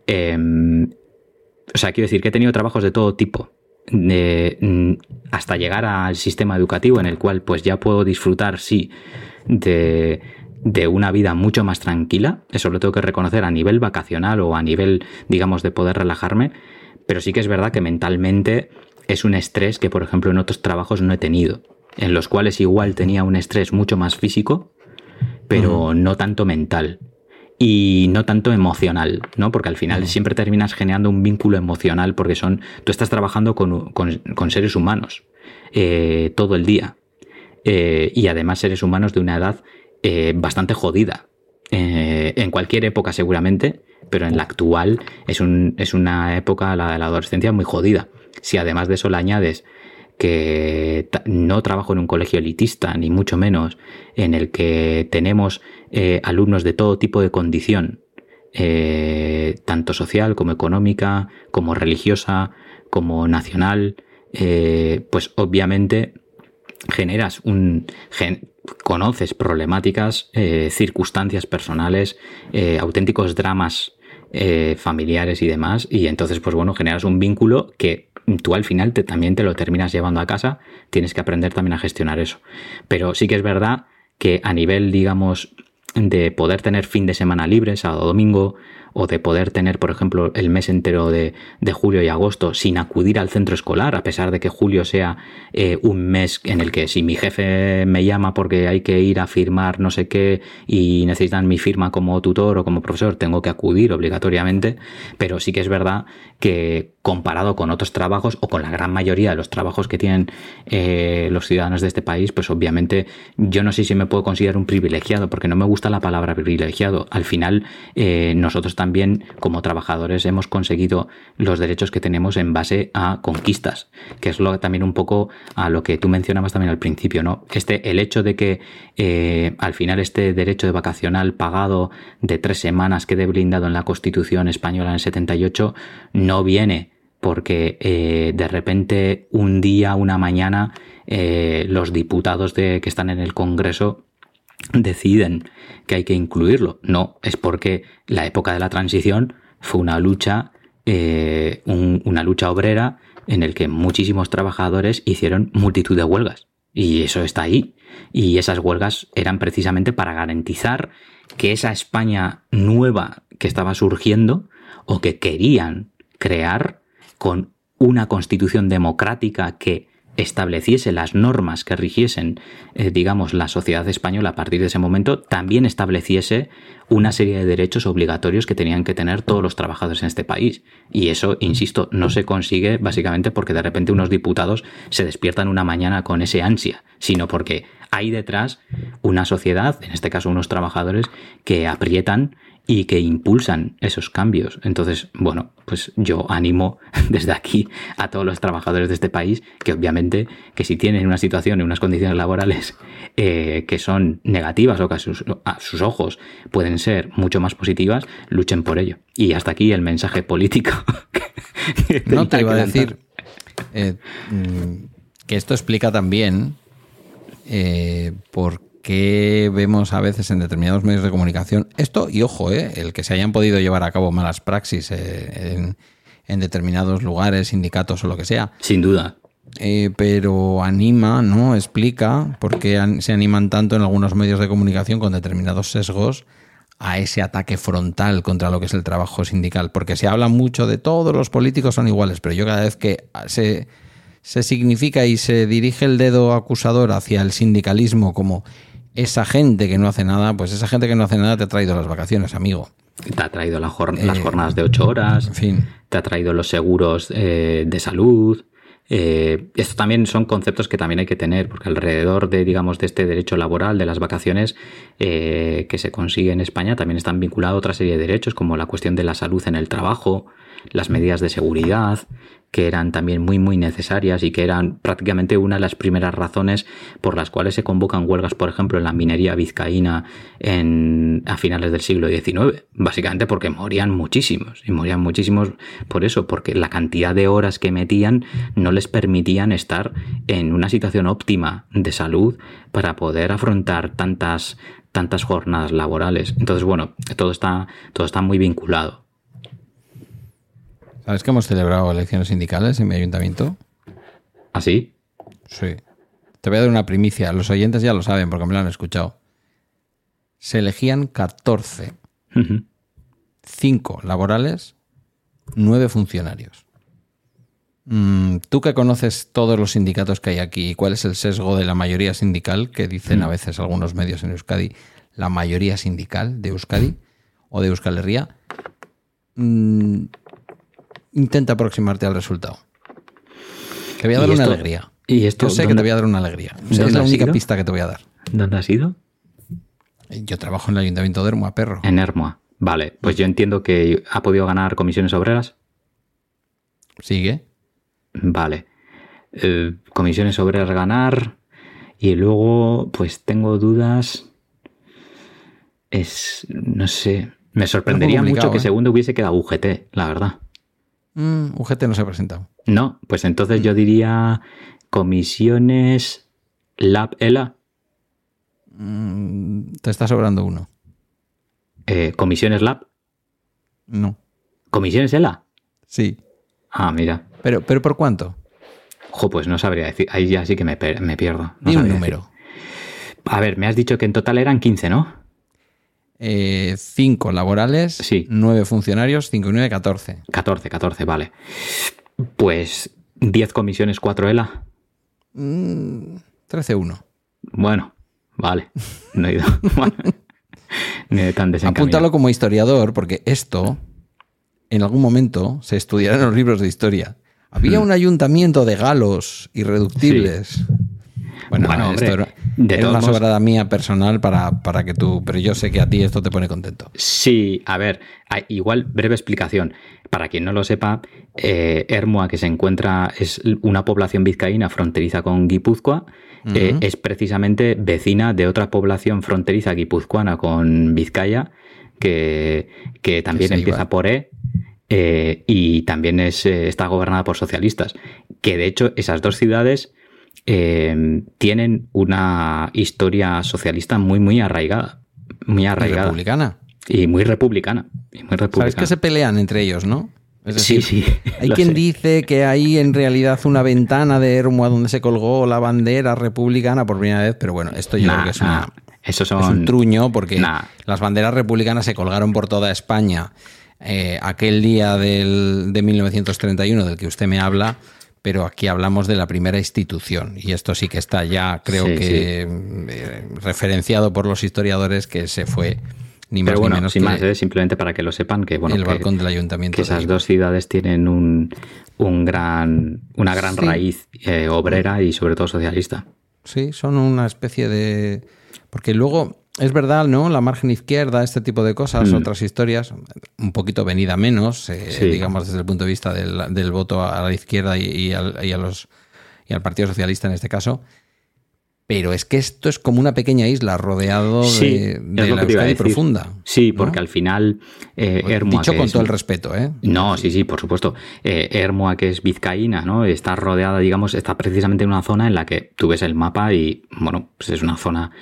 o sea, quiero decir que he tenido trabajos de todo tipo, hasta llegar al sistema educativo en el cual pues ya puedo disfrutar, sí, de una vida mucho más tranquila. Eso lo tengo que reconocer a nivel vacacional o a nivel, digamos, de poder relajarme, pero sí que es verdad que mentalmente es un estrés que, por ejemplo, en otros trabajos no he tenido, en los cuales igual tenía un estrés mucho más físico, pero no tanto mental. Y no tanto emocional, ¿no? Porque al final siempre terminas generando un vínculo emocional porque tú estás trabajando con seres humanos todo el día. Y además seres humanos de una edad bastante jodida. En cualquier época seguramente, pero en la actual es una época, la de la adolescencia, muy jodida. Si además de eso le añades que no trabajo en un colegio elitista, ni mucho menos, en el que tenemos alumnos de todo tipo de condición, tanto social como económica, como religiosa, como nacional, pues obviamente conoces problemáticas, circunstancias personales, auténticos dramas familiares y demás, y entonces pues bueno, generas un vínculo que tú al final también te lo terminas llevando a casa. Tienes que aprender también a gestionar eso. Pero sí que es verdad que a nivel, digamos, de poder tener fin de semana libre, sábado, domingo, o de poder tener, por ejemplo, el mes entero de julio y agosto sin acudir al centro escolar, a pesar de que julio sea un mes en el que si mi jefe me llama porque hay que ir a firmar no sé qué y necesitan mi firma como tutor o como profesor, tengo que acudir obligatoriamente. Pero sí que es verdad que comparado con otros trabajos o con la gran mayoría de los trabajos que tienen los ciudadanos de este país, pues obviamente yo no sé si me puedo considerar un privilegiado, porque no me gusta la palabra privilegiado. Al final nosotros también como trabajadores hemos conseguido los derechos que tenemos en base a conquistas, que es también un poco a lo que tú mencionabas también al principio, ¿no? El hecho de que al final este derecho de vacacional pagado de 3 semanas quede blindado en la Constitución española en el 78 no viene porque de repente un día, una mañana, los diputados que están en el Congreso deciden que hay que incluirlo. No, es porque la época de la transición fue una lucha, una lucha obrera en el que muchísimos trabajadores hicieron multitud de huelgas. Y eso está ahí. Y esas huelgas eran precisamente para garantizar que esa España nueva que estaba surgiendo o que querían crear con una constitución democrática que estableciese las normas que rigiesen, digamos, la sociedad española a partir de ese momento, también estableciese una serie de derechos obligatorios que tenían que tener todos los trabajadores en este país. Y eso, insisto, no se consigue básicamente porque de repente unos diputados se despiertan una mañana con ese ansia, sino porque hay detrás una sociedad, en este caso unos trabajadores, que aprietan y que impulsan esos cambios. Entonces, bueno, pues yo animo desde aquí a todos los trabajadores de este país que obviamente que si tienen una situación y unas condiciones laborales que son negativas o que a sus ojos pueden ser mucho más positivas, luchen por ello. Y hasta aquí el mensaje político. No te iba a decir que esto explica también por qué vemos a veces en determinados medios de comunicación esto, y ojo, el que se hayan podido llevar a cabo malas praxis en determinados lugares, sindicatos o lo que sea. Sin duda. Pero anima, ¿no? Explica por qué se animan tanto en algunos medios de comunicación con determinados sesgos a ese ataque frontal contra lo que es el trabajo sindical. Porque se habla mucho de todos los políticos son iguales, pero yo cada vez que se significa y se dirige el dedo acusador hacia el sindicalismo como esa gente que no hace nada, pues esa gente que no hace nada te ha traído las vacaciones, amigo. Te ha traído las jornadas de 8 horas, en fin. Te ha traído los seguros de salud. Esto también son conceptos que también hay que tener, porque alrededor de, digamos, de este derecho laboral, de las vacaciones que se consigue en España, también están vinculados a otra serie de derechos, como la cuestión de la salud en el trabajo, las medidas de seguridad, que eran también muy, muy necesarias y que eran prácticamente una de las primeras razones por las cuales se convocan huelgas, por ejemplo, en la minería vizcaína a finales del siglo XIX. Básicamente porque morían muchísimos. Y morían muchísimos por eso, porque la cantidad de horas que metían no les permitían estar en una situación óptima de salud para poder afrontar tantas jornadas laborales. Entonces, bueno, todo está muy vinculado. ¿Sabes que hemos celebrado elecciones sindicales en mi ayuntamiento? ¿Ah, sí? Sí. Te voy a dar una primicia. Los oyentes ya lo saben porque me lo han escuchado. Se elegían 14. 5 laborales, 9 funcionarios. Tú que conoces todos los sindicatos que hay aquí, ¿cuál es el sesgo de la mayoría sindical que dicen a veces algunos medios en Euskadi? La mayoría sindical de Euskadi o de Euskal Herria. Intenta aproximarte al resultado. Te voy a dar una alegría. ¿Y esto, yo sé que te voy a dar una alegría. O sea, es la única pista que te voy a dar. ¿Dónde has ido? Yo trabajo en el Ayuntamiento de Hermoa, perro. En Hermoa. Vale, pues yo entiendo que ha podido ganar Comisiones Obreras. ¿Sigue? Vale. Comisiones Obreras ganar. Y luego, pues tengo dudas. No sé. Me sorprendería mucho que segundo hubiese quedado UGT, la verdad. UGT no se ha presentado. No, pues entonces yo diría Comisiones Lab ELA. Te está sobrando uno. ¿Comisiones Lab? No. ¿Comisiones ELA? Sí. Ah, mira. ¿Pero por cuánto? Pues no sabría decir. Ahí ya sí que me pierdo. No Di un número. Decir. A ver, me has dicho que en total eran 15, ¿no? 5 laborales, sí. 9 funcionarios, 5 y 9, 14. 14, vale. Pues 10 comisiones, 4 ELA. 13-1. Bueno, vale. No he ido. Bueno, ni de tan desencaminado. Apúntalo como historiador, porque esto en algún momento se estudiará en los libros de historia. Había un ayuntamiento de galos irreductibles. Sí. Bueno, hombre, esto era una sobrada mía personal para que tú... Pero yo sé que a ti esto te pone contento. Sí, a ver, igual breve explicación. Para quien no lo sepa, Ermua, que se encuentra, es una población vizcaína fronteriza con Guipúzcoa, es precisamente vecina de otra población fronteriza guipuzcoana con Vizcaya, que también empieza por y también está gobernada por socialistas. Que de hecho esas dos ciudades tienen una historia socialista muy arraigada. Muy arraigada. Republicana. Y muy republicana. Sabes que se pelean entre ellos, ¿no? Es decir, sí. Hay quien dice que hay en realidad una ventana de Ermua donde se colgó la bandera republicana por primera vez, pero bueno, esto yo creo que es un truño, porque las banderas republicanas se colgaron por toda España aquel día de 1931 del que usted me habla, pero aquí hablamos de la primera institución y esto sí que está ya, creo referenciado por los historiadores, que se fue ni más ni menos sin más, simplemente para que lo sepan, que bueno, el balcón del ayuntamiento. Que esas dos ciudades tienen una gran raíz obrera y sobre todo socialista. Sí, son una especie de... Porque luego, es verdad, ¿no? La margen izquierda, este tipo de cosas, otras historias, un poquito venida menos, digamos, desde el punto de vista del voto a la izquierda y al Partido Socialista en este caso. Pero es que esto es como una pequeña isla rodeado de la Euskadi profunda. Sí, porque al final Ermua... Dicho con todo el respeto, ¿eh? No, sí, por supuesto. Ermua, que es vizcaína, ¿no? Está rodeada, digamos, está precisamente en una zona en la que tú ves el mapa y, bueno, pues es una zona...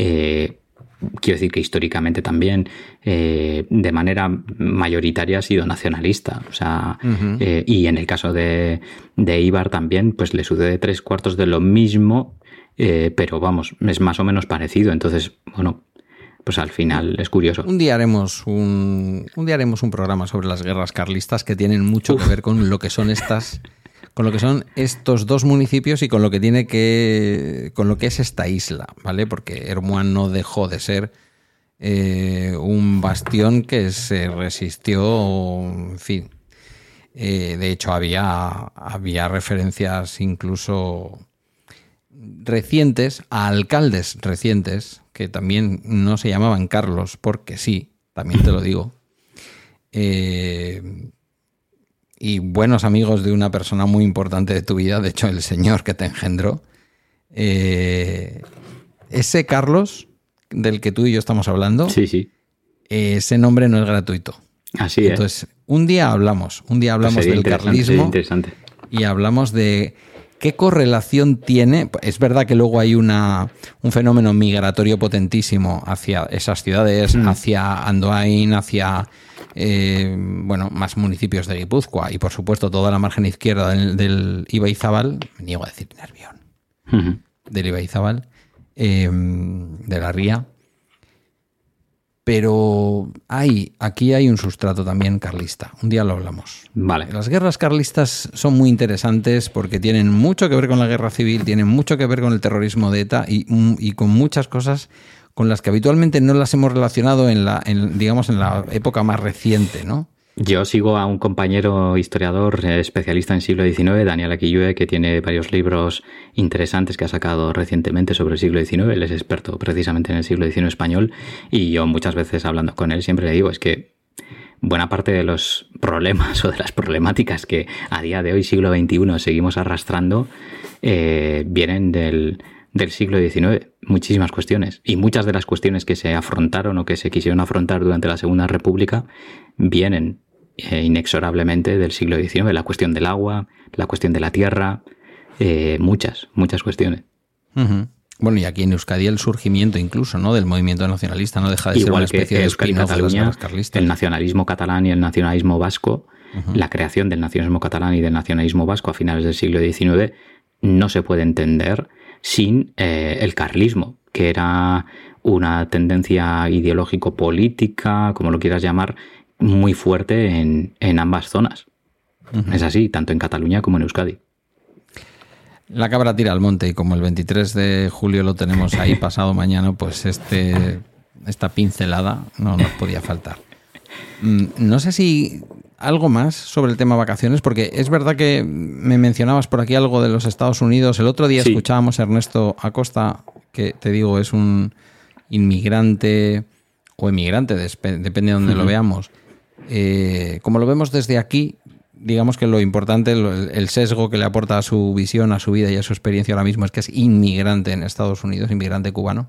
quiero decir que históricamente también de manera mayoritaria ha sido nacionalista. O sea, y en el caso de Eibar también, pues le sucede 3/4 de lo mismo... pero vamos, es más o menos parecido. Entonces, bueno, pues al final es curioso. Un día haremos un programa sobre las guerras carlistas, que tienen mucho que ver con lo que son estos dos municipios y con lo que es esta isla, ¿vale? Porque Ermua no dejó de ser un bastión que se resistió, en fin. De hecho, había referencias incluso recientes, a alcaldes recientes, que también no se llamaban Carlos, porque sí, también te lo digo, y buenos amigos de una persona muy importante de tu vida, de hecho el señor que te engendró. Ese Carlos del que tú y yo estamos hablando, sí. Ese nombre no es gratuito. Así es. Entonces, un día hablamos del carlismo, interesante. Y hablamos de qué correlación tiene. Es verdad que luego hay un fenómeno migratorio potentísimo hacia esas ciudades, hacia Andoain, hacia más municipios de Guipúzcoa y por supuesto toda la margen izquierda del Ibaizabal, me niego a decir Nervión, del Ibaizabal, de la ría. Pero aquí hay un sustrato también carlista. Un día lo hablamos. Vale. Las guerras carlistas son muy interesantes porque tienen mucho que ver con la guerra civil, tienen mucho que ver con el terrorismo de ETA y con muchas cosas con las que habitualmente no las hemos relacionado en la época más reciente, ¿no? Yo sigo a un compañero historiador especialista en siglo XIX, Daniel Aquillué, que tiene varios libros interesantes que ha sacado recientemente sobre el siglo XIX. Él es experto precisamente en el siglo XIX español y yo muchas veces hablando con él siempre le digo, es que buena parte de los problemas o de las problemáticas que a día de hoy, siglo XXI, seguimos arrastrando, vienen del siglo XIX. Muchísimas cuestiones. Y muchas de las cuestiones que se afrontaron o que se quisieron afrontar durante la Segunda República vienen inexorablemente del siglo XIX. La cuestión del agua, la cuestión de la tierra, muchas cuestiones. Uh-huh. Bueno, y aquí en Euskadi el surgimiento incluso, ¿no?, del movimiento nacionalista no deja de ser una especie de spin-off de las guerras carlistas. El nacionalismo catalán y el nacionalismo vasco, la creación del nacionalismo catalán y del nacionalismo vasco a finales del siglo XIX no se puede entender sin el carlismo, que era una tendencia ideológico-política, como lo quieras llamar, muy fuerte en ambas zonas. Es así, tanto en Cataluña como en Euskadi. La cabra tira al monte, y como el 23 de julio lo tenemos ahí pasado mañana, pues esta pincelada no nos podía faltar. No sé si algo más sobre el tema vacaciones, porque es verdad que me mencionabas por aquí algo de los Estados Unidos. El otro día escuchábamos a Ernesto Acosta, que te digo es un inmigrante o emigrante, depende de donde lo veamos. Como lo vemos desde aquí, digamos que lo importante, el sesgo que le aporta a su visión, a su vida y a su experiencia ahora mismo es que es inmigrante en Estados Unidos, inmigrante cubano.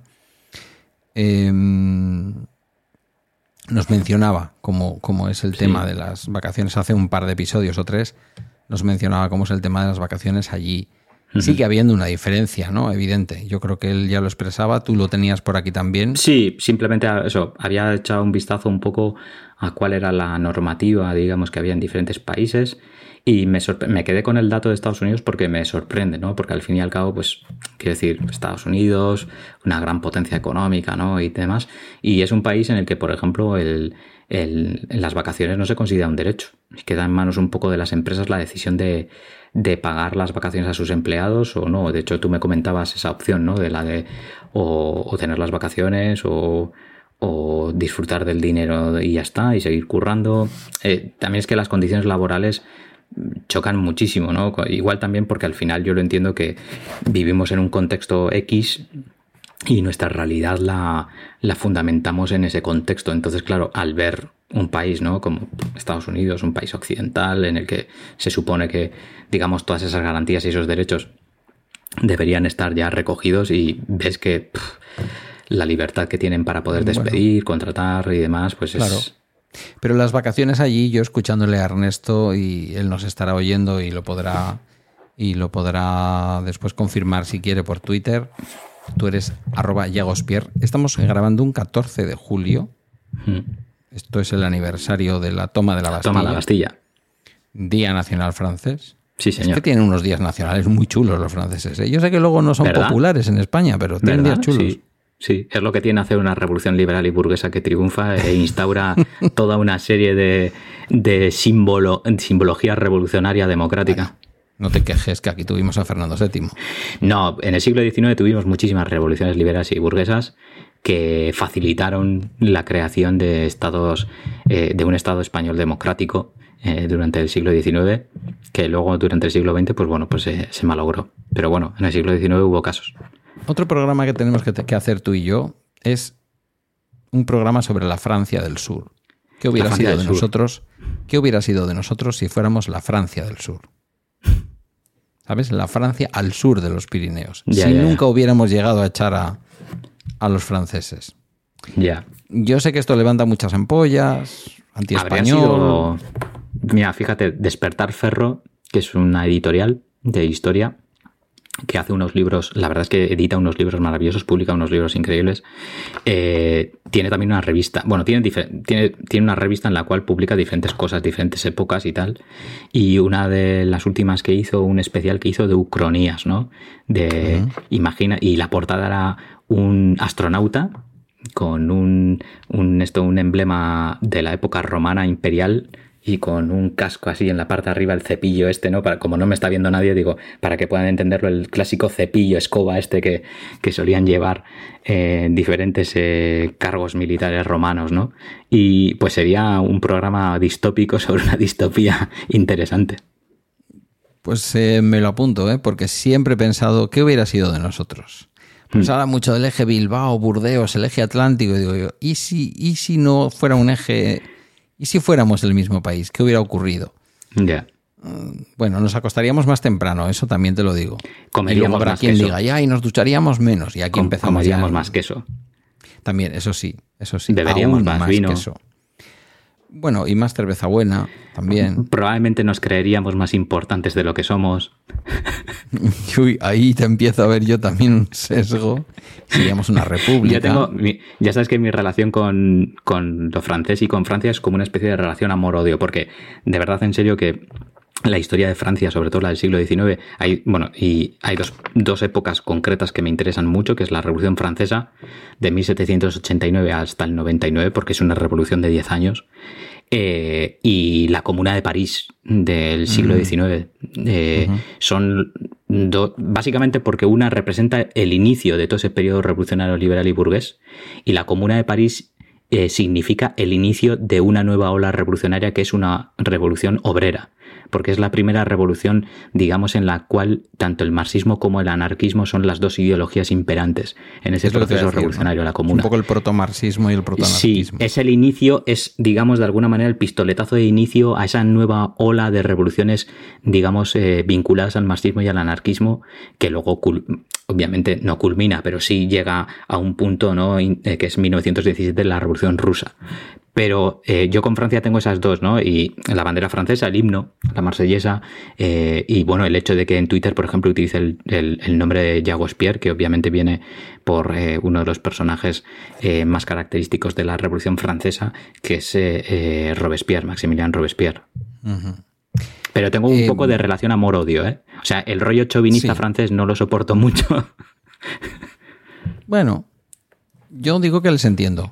Nos mencionaba cómo es el tema de las vacaciones. Hace un par de episodios o 3 nos mencionaba cómo es el tema de las vacaciones allí. Sigue habiendo una diferencia, ¿no? Evidente. Yo creo que él ya lo expresaba, tú lo tenías por aquí también. Sí, simplemente eso. Había echado un vistazo un poco a cuál era la normativa, digamos, que había en diferentes países, y me quedé con el dato de Estados Unidos porque me sorprende, ¿no? Porque al fin y al cabo, pues, quiero decir, Estados Unidos, una gran potencia económica, ¿no?, y demás, y es un país en el que, por ejemplo, las vacaciones no se considera un derecho. Queda en manos un poco de las empresas la decisión de pagar las vacaciones a sus empleados o no. De hecho, tú me comentabas esa opción, ¿no?, de la de o tener las vacaciones o disfrutar del dinero y ya está, y seguir currando. También es que las condiciones laborales chocan muchísimo, ¿no? Igual también porque al final yo lo entiendo que vivimos en un contexto X y nuestra realidad la fundamentamos en ese contexto. Entonces, claro, al ver un país, ¿no?, como Estados Unidos, un país occidental en el que se supone que, digamos, todas esas garantías y esos derechos deberían estar ya recogidos, y ves que la libertad que tienen para poder despedir, contratar y demás, pues claro. Pero las vacaciones allí, yo escuchándole a Ernesto, y él nos estará oyendo y lo podrá después confirmar si quiere por Twitter. Tú eres @yagospierre. Estamos grabando un 14 de julio. Esto es el aniversario de la toma de la Bastilla. Toma la Bastilla. Día Nacional Francés. Sí, señor. Es que tienen unos días nacionales muy chulos los franceses, ¿eh? Yo sé que luego no son populares en España, pero tienen días chulos. Sí, es lo que tiene hacer una revolución liberal y burguesa que triunfa e instaura toda una serie de simbología revolucionaria democrática. Ay, no te quejes, que aquí tuvimos a Fernando VII. No, en el siglo XIX tuvimos muchísimas revoluciones liberales y burguesas que facilitaron la creación de estados, de un Estado español democrático durante el siglo XIX, que luego durante el siglo XX pues se malogró. Pero bueno, en el siglo XIX hubo casos. Otro programa que tenemos que hacer tú y yo es un programa sobre la Francia del Sur. ¿Qué hubiera sido de nosotros? ¿Qué hubiera sido de nosotros si fuéramos la Francia del Sur? ¿Sabes? La Francia al sur de los Pirineos. Nunca hubiéramos llegado a echar a los franceses. Ya. Yo sé que esto levanta muchas ampollas, antiespañol. Mira, fíjate, Despertar Ferro, que es una editorial de historia, que hace unos libros, la verdad es que edita unos libros maravillosos, publica unos libros increíbles. Tiene también una revista, tiene una revista en la cual publica diferentes cosas, diferentes épocas y tal. Y una de las últimas que hizo, un especial que hizo de ucronías, ¿no? Imagina, y la portada era un astronauta con un emblema de la época romana imperial, y con un casco así en la parte de arriba, el cepillo ¿no? Como no me está viendo nadie, digo, para que puedan entenderlo, el clásico cepillo, escoba que solían llevar diferentes cargos militares romanos, ¿no? Y pues sería un programa distópico sobre una distopía interesante. Pues me lo apunto, porque siempre he pensado, ¿qué hubiera sido de nosotros? Pues habla mucho del eje Bilbao, Burdeos, el eje Atlántico, y digo yo, ¿y si no fuera un eje ¿Y si fuéramos el mismo país? ¿Qué hubiera ocurrido? Ya. Bueno, nos acostaríamos más temprano, eso también te lo digo. Comeríamos y luego habrá más quien queso. diga, ya, y nos ducharíamos menos. Y aquí empezamos Comeríamos ya. más queso. También, eso sí. Beberíamos Aún más vino. queso. Bueno, y más cerveza buena también. Probablemente nos creeríamos más importantes de lo que somos. Uy, ahí te empiezo a ver yo también un sesgo. Seríamos una república. Ya sabes que mi relación con lo francés y con Francia es como una especie de relación amor-odio, porque de verdad, en serio, que la historia de Francia, sobre todo la del siglo XIX, hay dos épocas concretas que me interesan mucho, que es la Revolución Francesa de 1789 hasta el 99, porque es una revolución de 10 años, y la Comuna de París del siglo XIX. Son básicamente porque una representa el inicio de todo ese periodo revolucionario liberal y burgués, y la Comuna de París significa el inicio de una nueva ola revolucionaria, que es una revolución obrera, porque es la primera revolución, digamos, en la cual tanto el marxismo como el anarquismo son las dos ideologías imperantes en ese proceso revolucionario, ¿no? La Comuna. Un poco el protomarxismo y el protoanarquismo. Sí, es el inicio, es, digamos, de alguna manera el pistoletazo de inicio a esa nueva ola de revoluciones, digamos, vinculadas al marxismo y al anarquismo, que luego obviamente no culmina, pero sí llega a un punto, ¿no? Que es 1917, la Revolución Rusa. Pero yo con Francia tengo esas dos, ¿no? Y la bandera francesa, el himno, la marsellesa, y bueno, el hecho de que en Twitter, por ejemplo, utilice el nombre de Jagospierre, que obviamente viene por uno de los personajes más característicos de la Revolución Francesa, que es Robespierre, Maximilien Robespierre. Uh-huh. Pero tengo un poco de relación amor-odio, ¿eh? O sea, el rollo chauvinista francés no lo soporto mucho. Bueno, yo digo que les entiendo.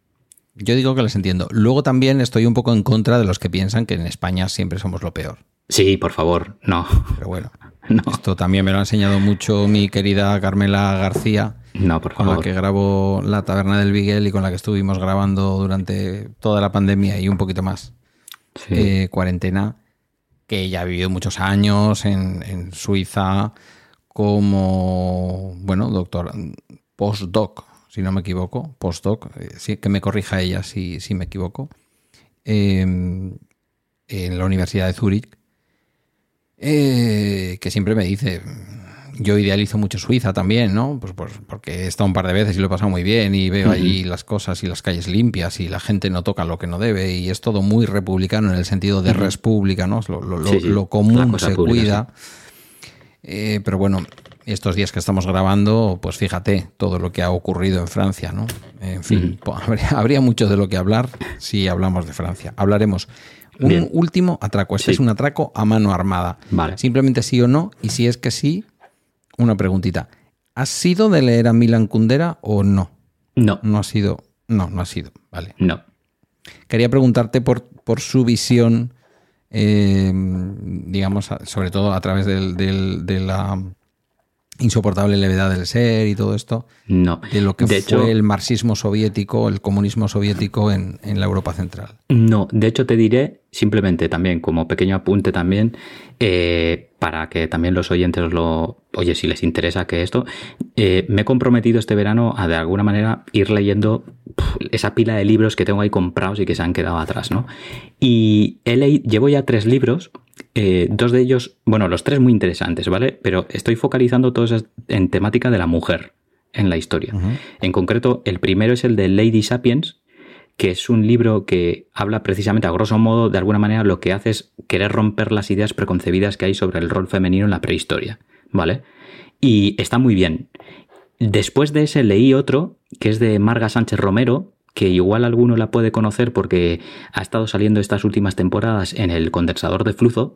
Luego también estoy un poco en contra de los que piensan que en España siempre somos lo peor. Sí, por favor, no. Pero bueno, no. Esto también me lo ha enseñado mucho mi querida Carmela García, con la que grabo La Taberna del Biguel y con la que estuvimos grabando durante toda la pandemia y un poquito más. Sí. Cuarentena, que ella ha vivido muchos años en Suiza como, bueno, doctor, postdoc, si no me equivoco, postdoc, sí, que me corrija ella si me equivoco, en la Universidad de Zúrich, que siempre me dice, yo idealizo mucho Suiza también, ¿no? Pues porque he estado un par de veces y lo he pasado muy bien y veo allí las cosas y las calles limpias y la gente no toca lo que no debe y es todo muy republicano en el sentido de res pública, ¿no? Lo común se pública, cuida. Sí. Pero bueno, estos días que estamos grabando, pues fíjate todo lo que ha ocurrido en Francia, ¿no? En fin, habría mucho de lo que hablar si hablamos de Francia. Hablaremos. Un último atraco. Este es un atraco a mano armada. Vale. Simplemente sí o no. Y si es que sí, una preguntita. ¿Has sido de leer a Milan Kundera o no? No. No ha sido. No ha sido. Vale. No. Quería preguntarte por su visión, digamos, sobre todo a través de la insoportable levedad del ser y todo esto. No. De lo que fue el marxismo soviético, el comunismo soviético en la Europa central. No, de hecho te diré, simplemente también, como pequeño apunte también, para que también los oyentes oye, si les interesa que esto, me he comprometido este verano a de alguna manera ir leyendo esa pila de libros que tengo ahí comprados y que se han quedado atrás, ¿no? Y llevo ya 3 libros. 2 de ellos, bueno, los 3 muy interesantes, ¿vale? Pero estoy focalizando todos en temática de la mujer en la historia. Uh-huh. En concreto, el primero es el de Lady Sapiens, que es un libro que habla precisamente, a grosso modo, de alguna manera lo que hace es querer romper las ideas preconcebidas que hay sobre el rol femenino en la prehistoria, ¿vale? Y está muy bien. Después de ese leí otro, que es de Marga Sánchez Romero, que igual alguno la puede conocer porque ha estado saliendo estas últimas temporadas en El condensador de flujo,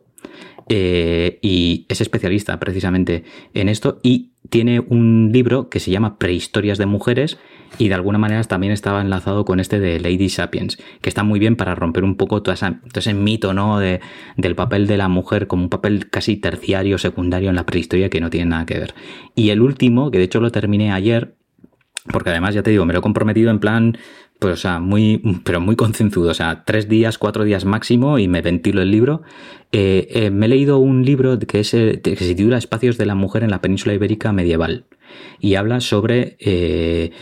y es especialista precisamente en esto y tiene un libro que se llama Prehistorias de mujeres y de alguna manera también estaba enlazado con este de Lady Sapiens, que está muy bien para romper un poco todo ese mito, ¿no? del papel de la mujer como un papel casi terciario, secundario en la prehistoria que no tiene nada que ver. Y el último, que de hecho lo terminé ayer, porque además, ya te digo, me lo he comprometido en plan, pues, o sea, pero muy concienzudo, o sea, 3 días, 4 días máximo y me ventilo el libro. Me he leído un libro que se titula Espacios de la mujer en la península ibérica medieval y habla sobre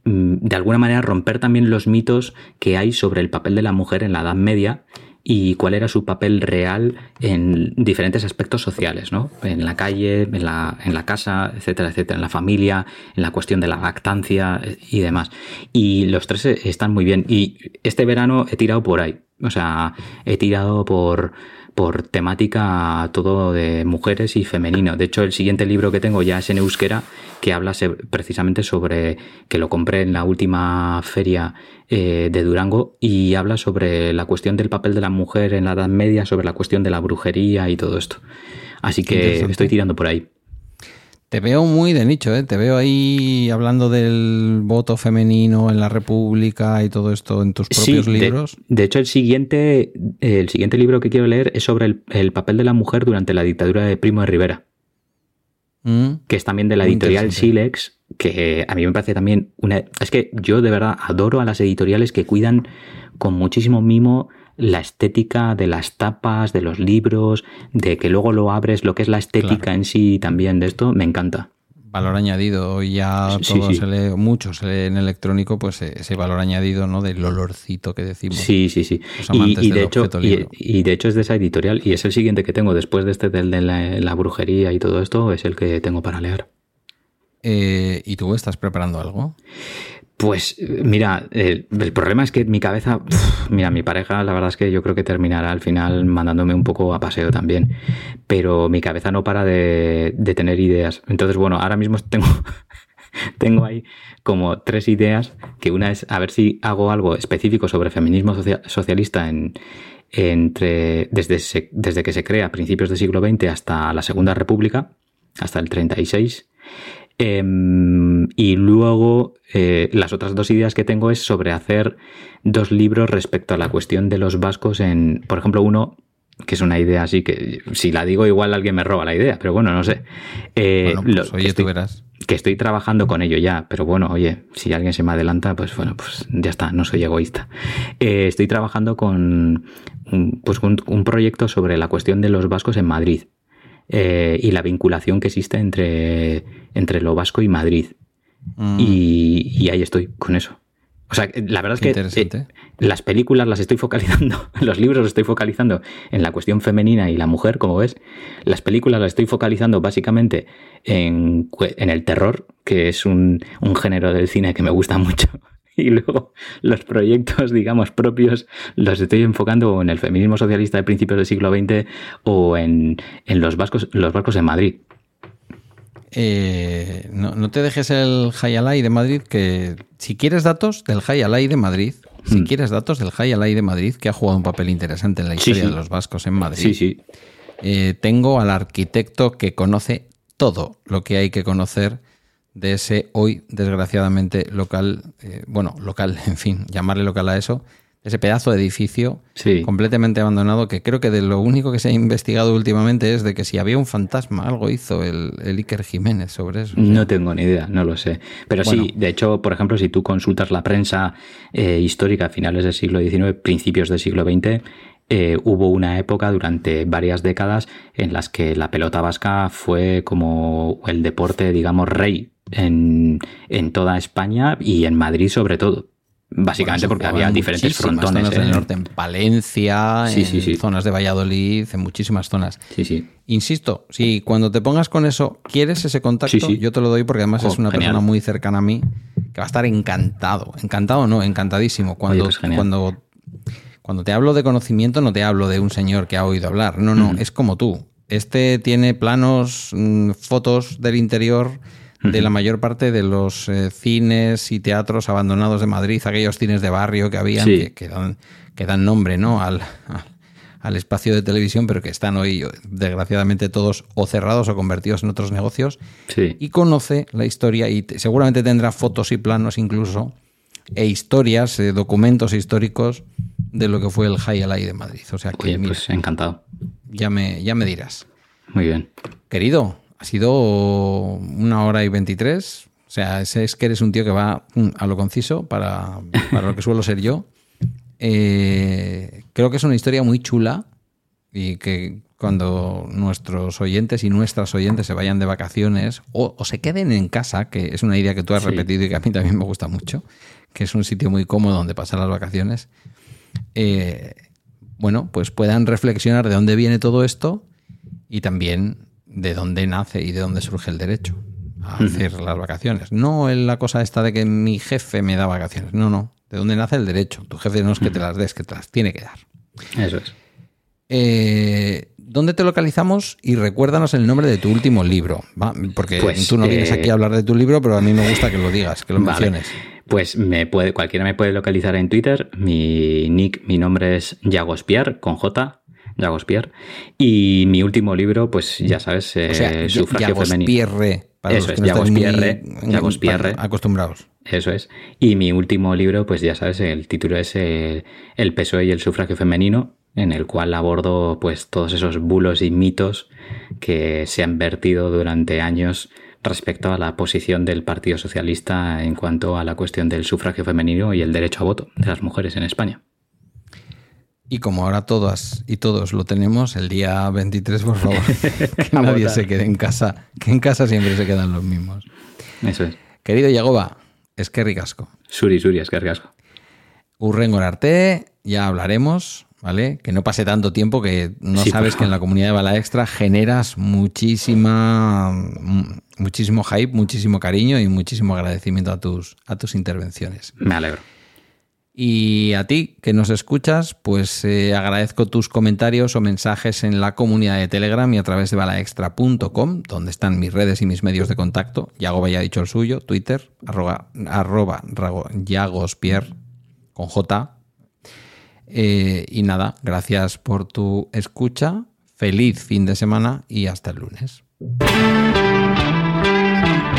de alguna manera romper también los mitos que hay sobre el papel de la mujer en la Edad Media y cuál era su papel real en diferentes aspectos sociales, ¿no? En la calle, en la casa, etcétera, etcétera, en la familia, en la cuestión de la lactancia y demás. Y los tres están muy bien. Y este verano he tirado por ahí. O sea, he tirado por temática todo de mujeres y femenino. De hecho, el siguiente libro que tengo ya es en euskera, que habla precisamente sobre, que lo compré en la última feria de Durango, y habla sobre la cuestión del papel de la mujer en la Edad Media, sobre la cuestión de la brujería y todo esto. Así que estoy tirando por ahí. Te veo muy de nicho, ¿eh? Te veo ahí hablando del voto femenino en la República y todo esto en tus propios libros. De hecho, el siguiente libro que quiero leer es sobre el papel de la mujer durante la dictadura de Primo de Rivera, que es también de la editorial Silex, que a mí me parece también Es que yo de verdad adoro a las editoriales que cuidan con muchísimo mimo la estética de las tapas, de los libros, de que luego lo abres, lo que es la estética en sí también de esto, me encanta. Valor añadido, ya todo se lee, mucho se lee en electrónico, pues ese valor añadido, ¿no? Del olorcito que decimos. Sí. Y de hecho es de esa editorial, y es el siguiente que tengo después de del de la brujería y todo esto, es el que tengo para leer. ¿Y tú estás preparando algo? Pues mira, el problema es que mi cabeza, mi pareja, la verdad es que yo creo que terminará al final mandándome un poco a paseo también, pero mi cabeza no para de tener ideas. Entonces, bueno, ahora mismo tengo ahí como 3 ideas, que una es a ver si hago algo específico sobre feminismo socialista desde que se crea a principios del siglo XX hasta la Segunda República, hasta el 36. Y luego las otras 2 ideas que tengo es sobre hacer 2 libros respecto a la cuestión de los vascos por ejemplo, uno que es una idea así que si la digo igual alguien me roba la idea, pero bueno, no sé. Tú verás. Que estoy trabajando con ello ya, pero bueno, oye, si alguien se me adelanta, pues bueno, pues ya está, no soy egoísta. Estoy trabajando con un proyecto sobre la cuestión de los vascos en Madrid. Y la vinculación que existe entre lo vasco y Madrid. Y ahí estoy con eso. O sea, la verdad es que las películas las estoy focalizando, los libros los estoy focalizando en la cuestión femenina y la mujer, como ves. Las películas las estoy focalizando básicamente en el terror, que es un género del cine que me gusta mucho. Y luego los proyectos, digamos, propios los estoy enfocando en el feminismo socialista de principios del siglo XX o en los vascos en Madrid. No te dejes el Jai Alai de Madrid, que si quieres datos del Jai Alai de Madrid, que ha jugado un papel interesante en la historia de los vascos en Madrid. Tengo al arquitecto que conoce todo lo que hay que conocer de ese hoy, desgraciadamente, local, en fin, llamarle local a eso, ese pedazo de edificio completamente abandonado, que creo que de lo único que se ha investigado últimamente es de que si había un fantasma, algo hizo el Iker Jiménez sobre eso. No tengo ni idea, no lo sé. Pero bueno, sí, de hecho, por ejemplo, si tú consultas la prensa histórica a finales del siglo XIX, principios del siglo XX, hubo una época durante varias décadas en las que la pelota vasca fue como el deporte, digamos, rey en toda España y en Madrid sobre todo. Básicamente porque había diferentes frontones. Zonas del norte, en Palencia, en zonas de Valladolid, en muchísimas zonas. Insisto, si cuando te pongas con eso quieres ese contacto, yo te lo doy porque además es una persona muy cercana a mí que va a estar encantado. Encantado no, encantadísimo. Cuando te hablo de conocimiento no te hablo de un señor que ha oído hablar. No, es como tú. Este tiene planos, fotos del interior de la mayor parte de los cines y teatros abandonados de Madrid, aquellos cines de barrio que habían, que dan nombre, ¿no? al espacio de televisión, pero que están hoy desgraciadamente todos o cerrados o convertidos en otros negocios. Y conoce la historia y seguramente tendrá fotos y planos incluso e historias, documentos históricos de lo que fue el Jai Alai de Madrid. O sea que, oye, pues encantado. Ya me dirás. Muy bien. Querido, ha sido 1 hora y 23. O sea, es que eres un tío que va a lo conciso para lo que suelo ser yo. Creo que es una historia muy chula y que cuando nuestros oyentes y nuestras oyentes se vayan de vacaciones o se queden en casa, que es una idea que tú has repetido y que a mí también me gusta mucho, que es un sitio muy cómodo donde pasar las vacaciones, bueno, pues puedan reflexionar de dónde viene todo esto y también de dónde nace y de dónde surge el derecho a hacer las vacaciones. No es la cosa esta de que mi jefe me da vacaciones. No. De dónde nace el derecho. Tu jefe no es que te las des, que te las tiene que dar. Eso es. ¿Dónde te localizamos? Y recuérdanos el nombre de tu último libro, ¿va? Porque pues, tú no vienes aquí a hablar de tu libro, pero a mí me gusta que lo digas, que lo menciones. Pues cualquiera me puede localizar en Twitter. Mi nombre es Llagospierre, con J, Llagospierre. Y mi último libro, pues ya sabes, Sufragio Femenino. Eso es, Llagospierre. Acostumbrados. Eso es. Y mi último libro, pues ya sabes, el título es El PSOE y el sufragio femenino, en el cual abordo pues todos esos bulos y mitos que se han vertido durante años respecto a la posición del Partido Socialista en cuanto a la cuestión del sufragio femenino y el derecho a voto de las mujeres en España. Y como ahora todas y todos lo tenemos, el día 23, por favor, que nadie se quede en casa, que en casa siempre se quedan los mismos. Eso es. Querido Yagoba, eskerrik asko. Suri, eskerrik asko. Hurrengo arte, ya hablaremos, ¿vale? Que no pase tanto tiempo que no sabes que en la comunidad de Bala Extra generas muchísimo hype, muchísimo cariño y muchísimo agradecimiento a tus intervenciones. Me alegro. Y a ti que nos escuchas, pues agradezco tus comentarios o mensajes en la comunidad de Telegram y a través de balaextra.com, donde están mis redes y mis medios de contacto. Yagoba ya ha dicho el suyo, Twitter, @Llagospierre, con J. Y nada, gracias por tu escucha, feliz fin de semana y hasta el lunes.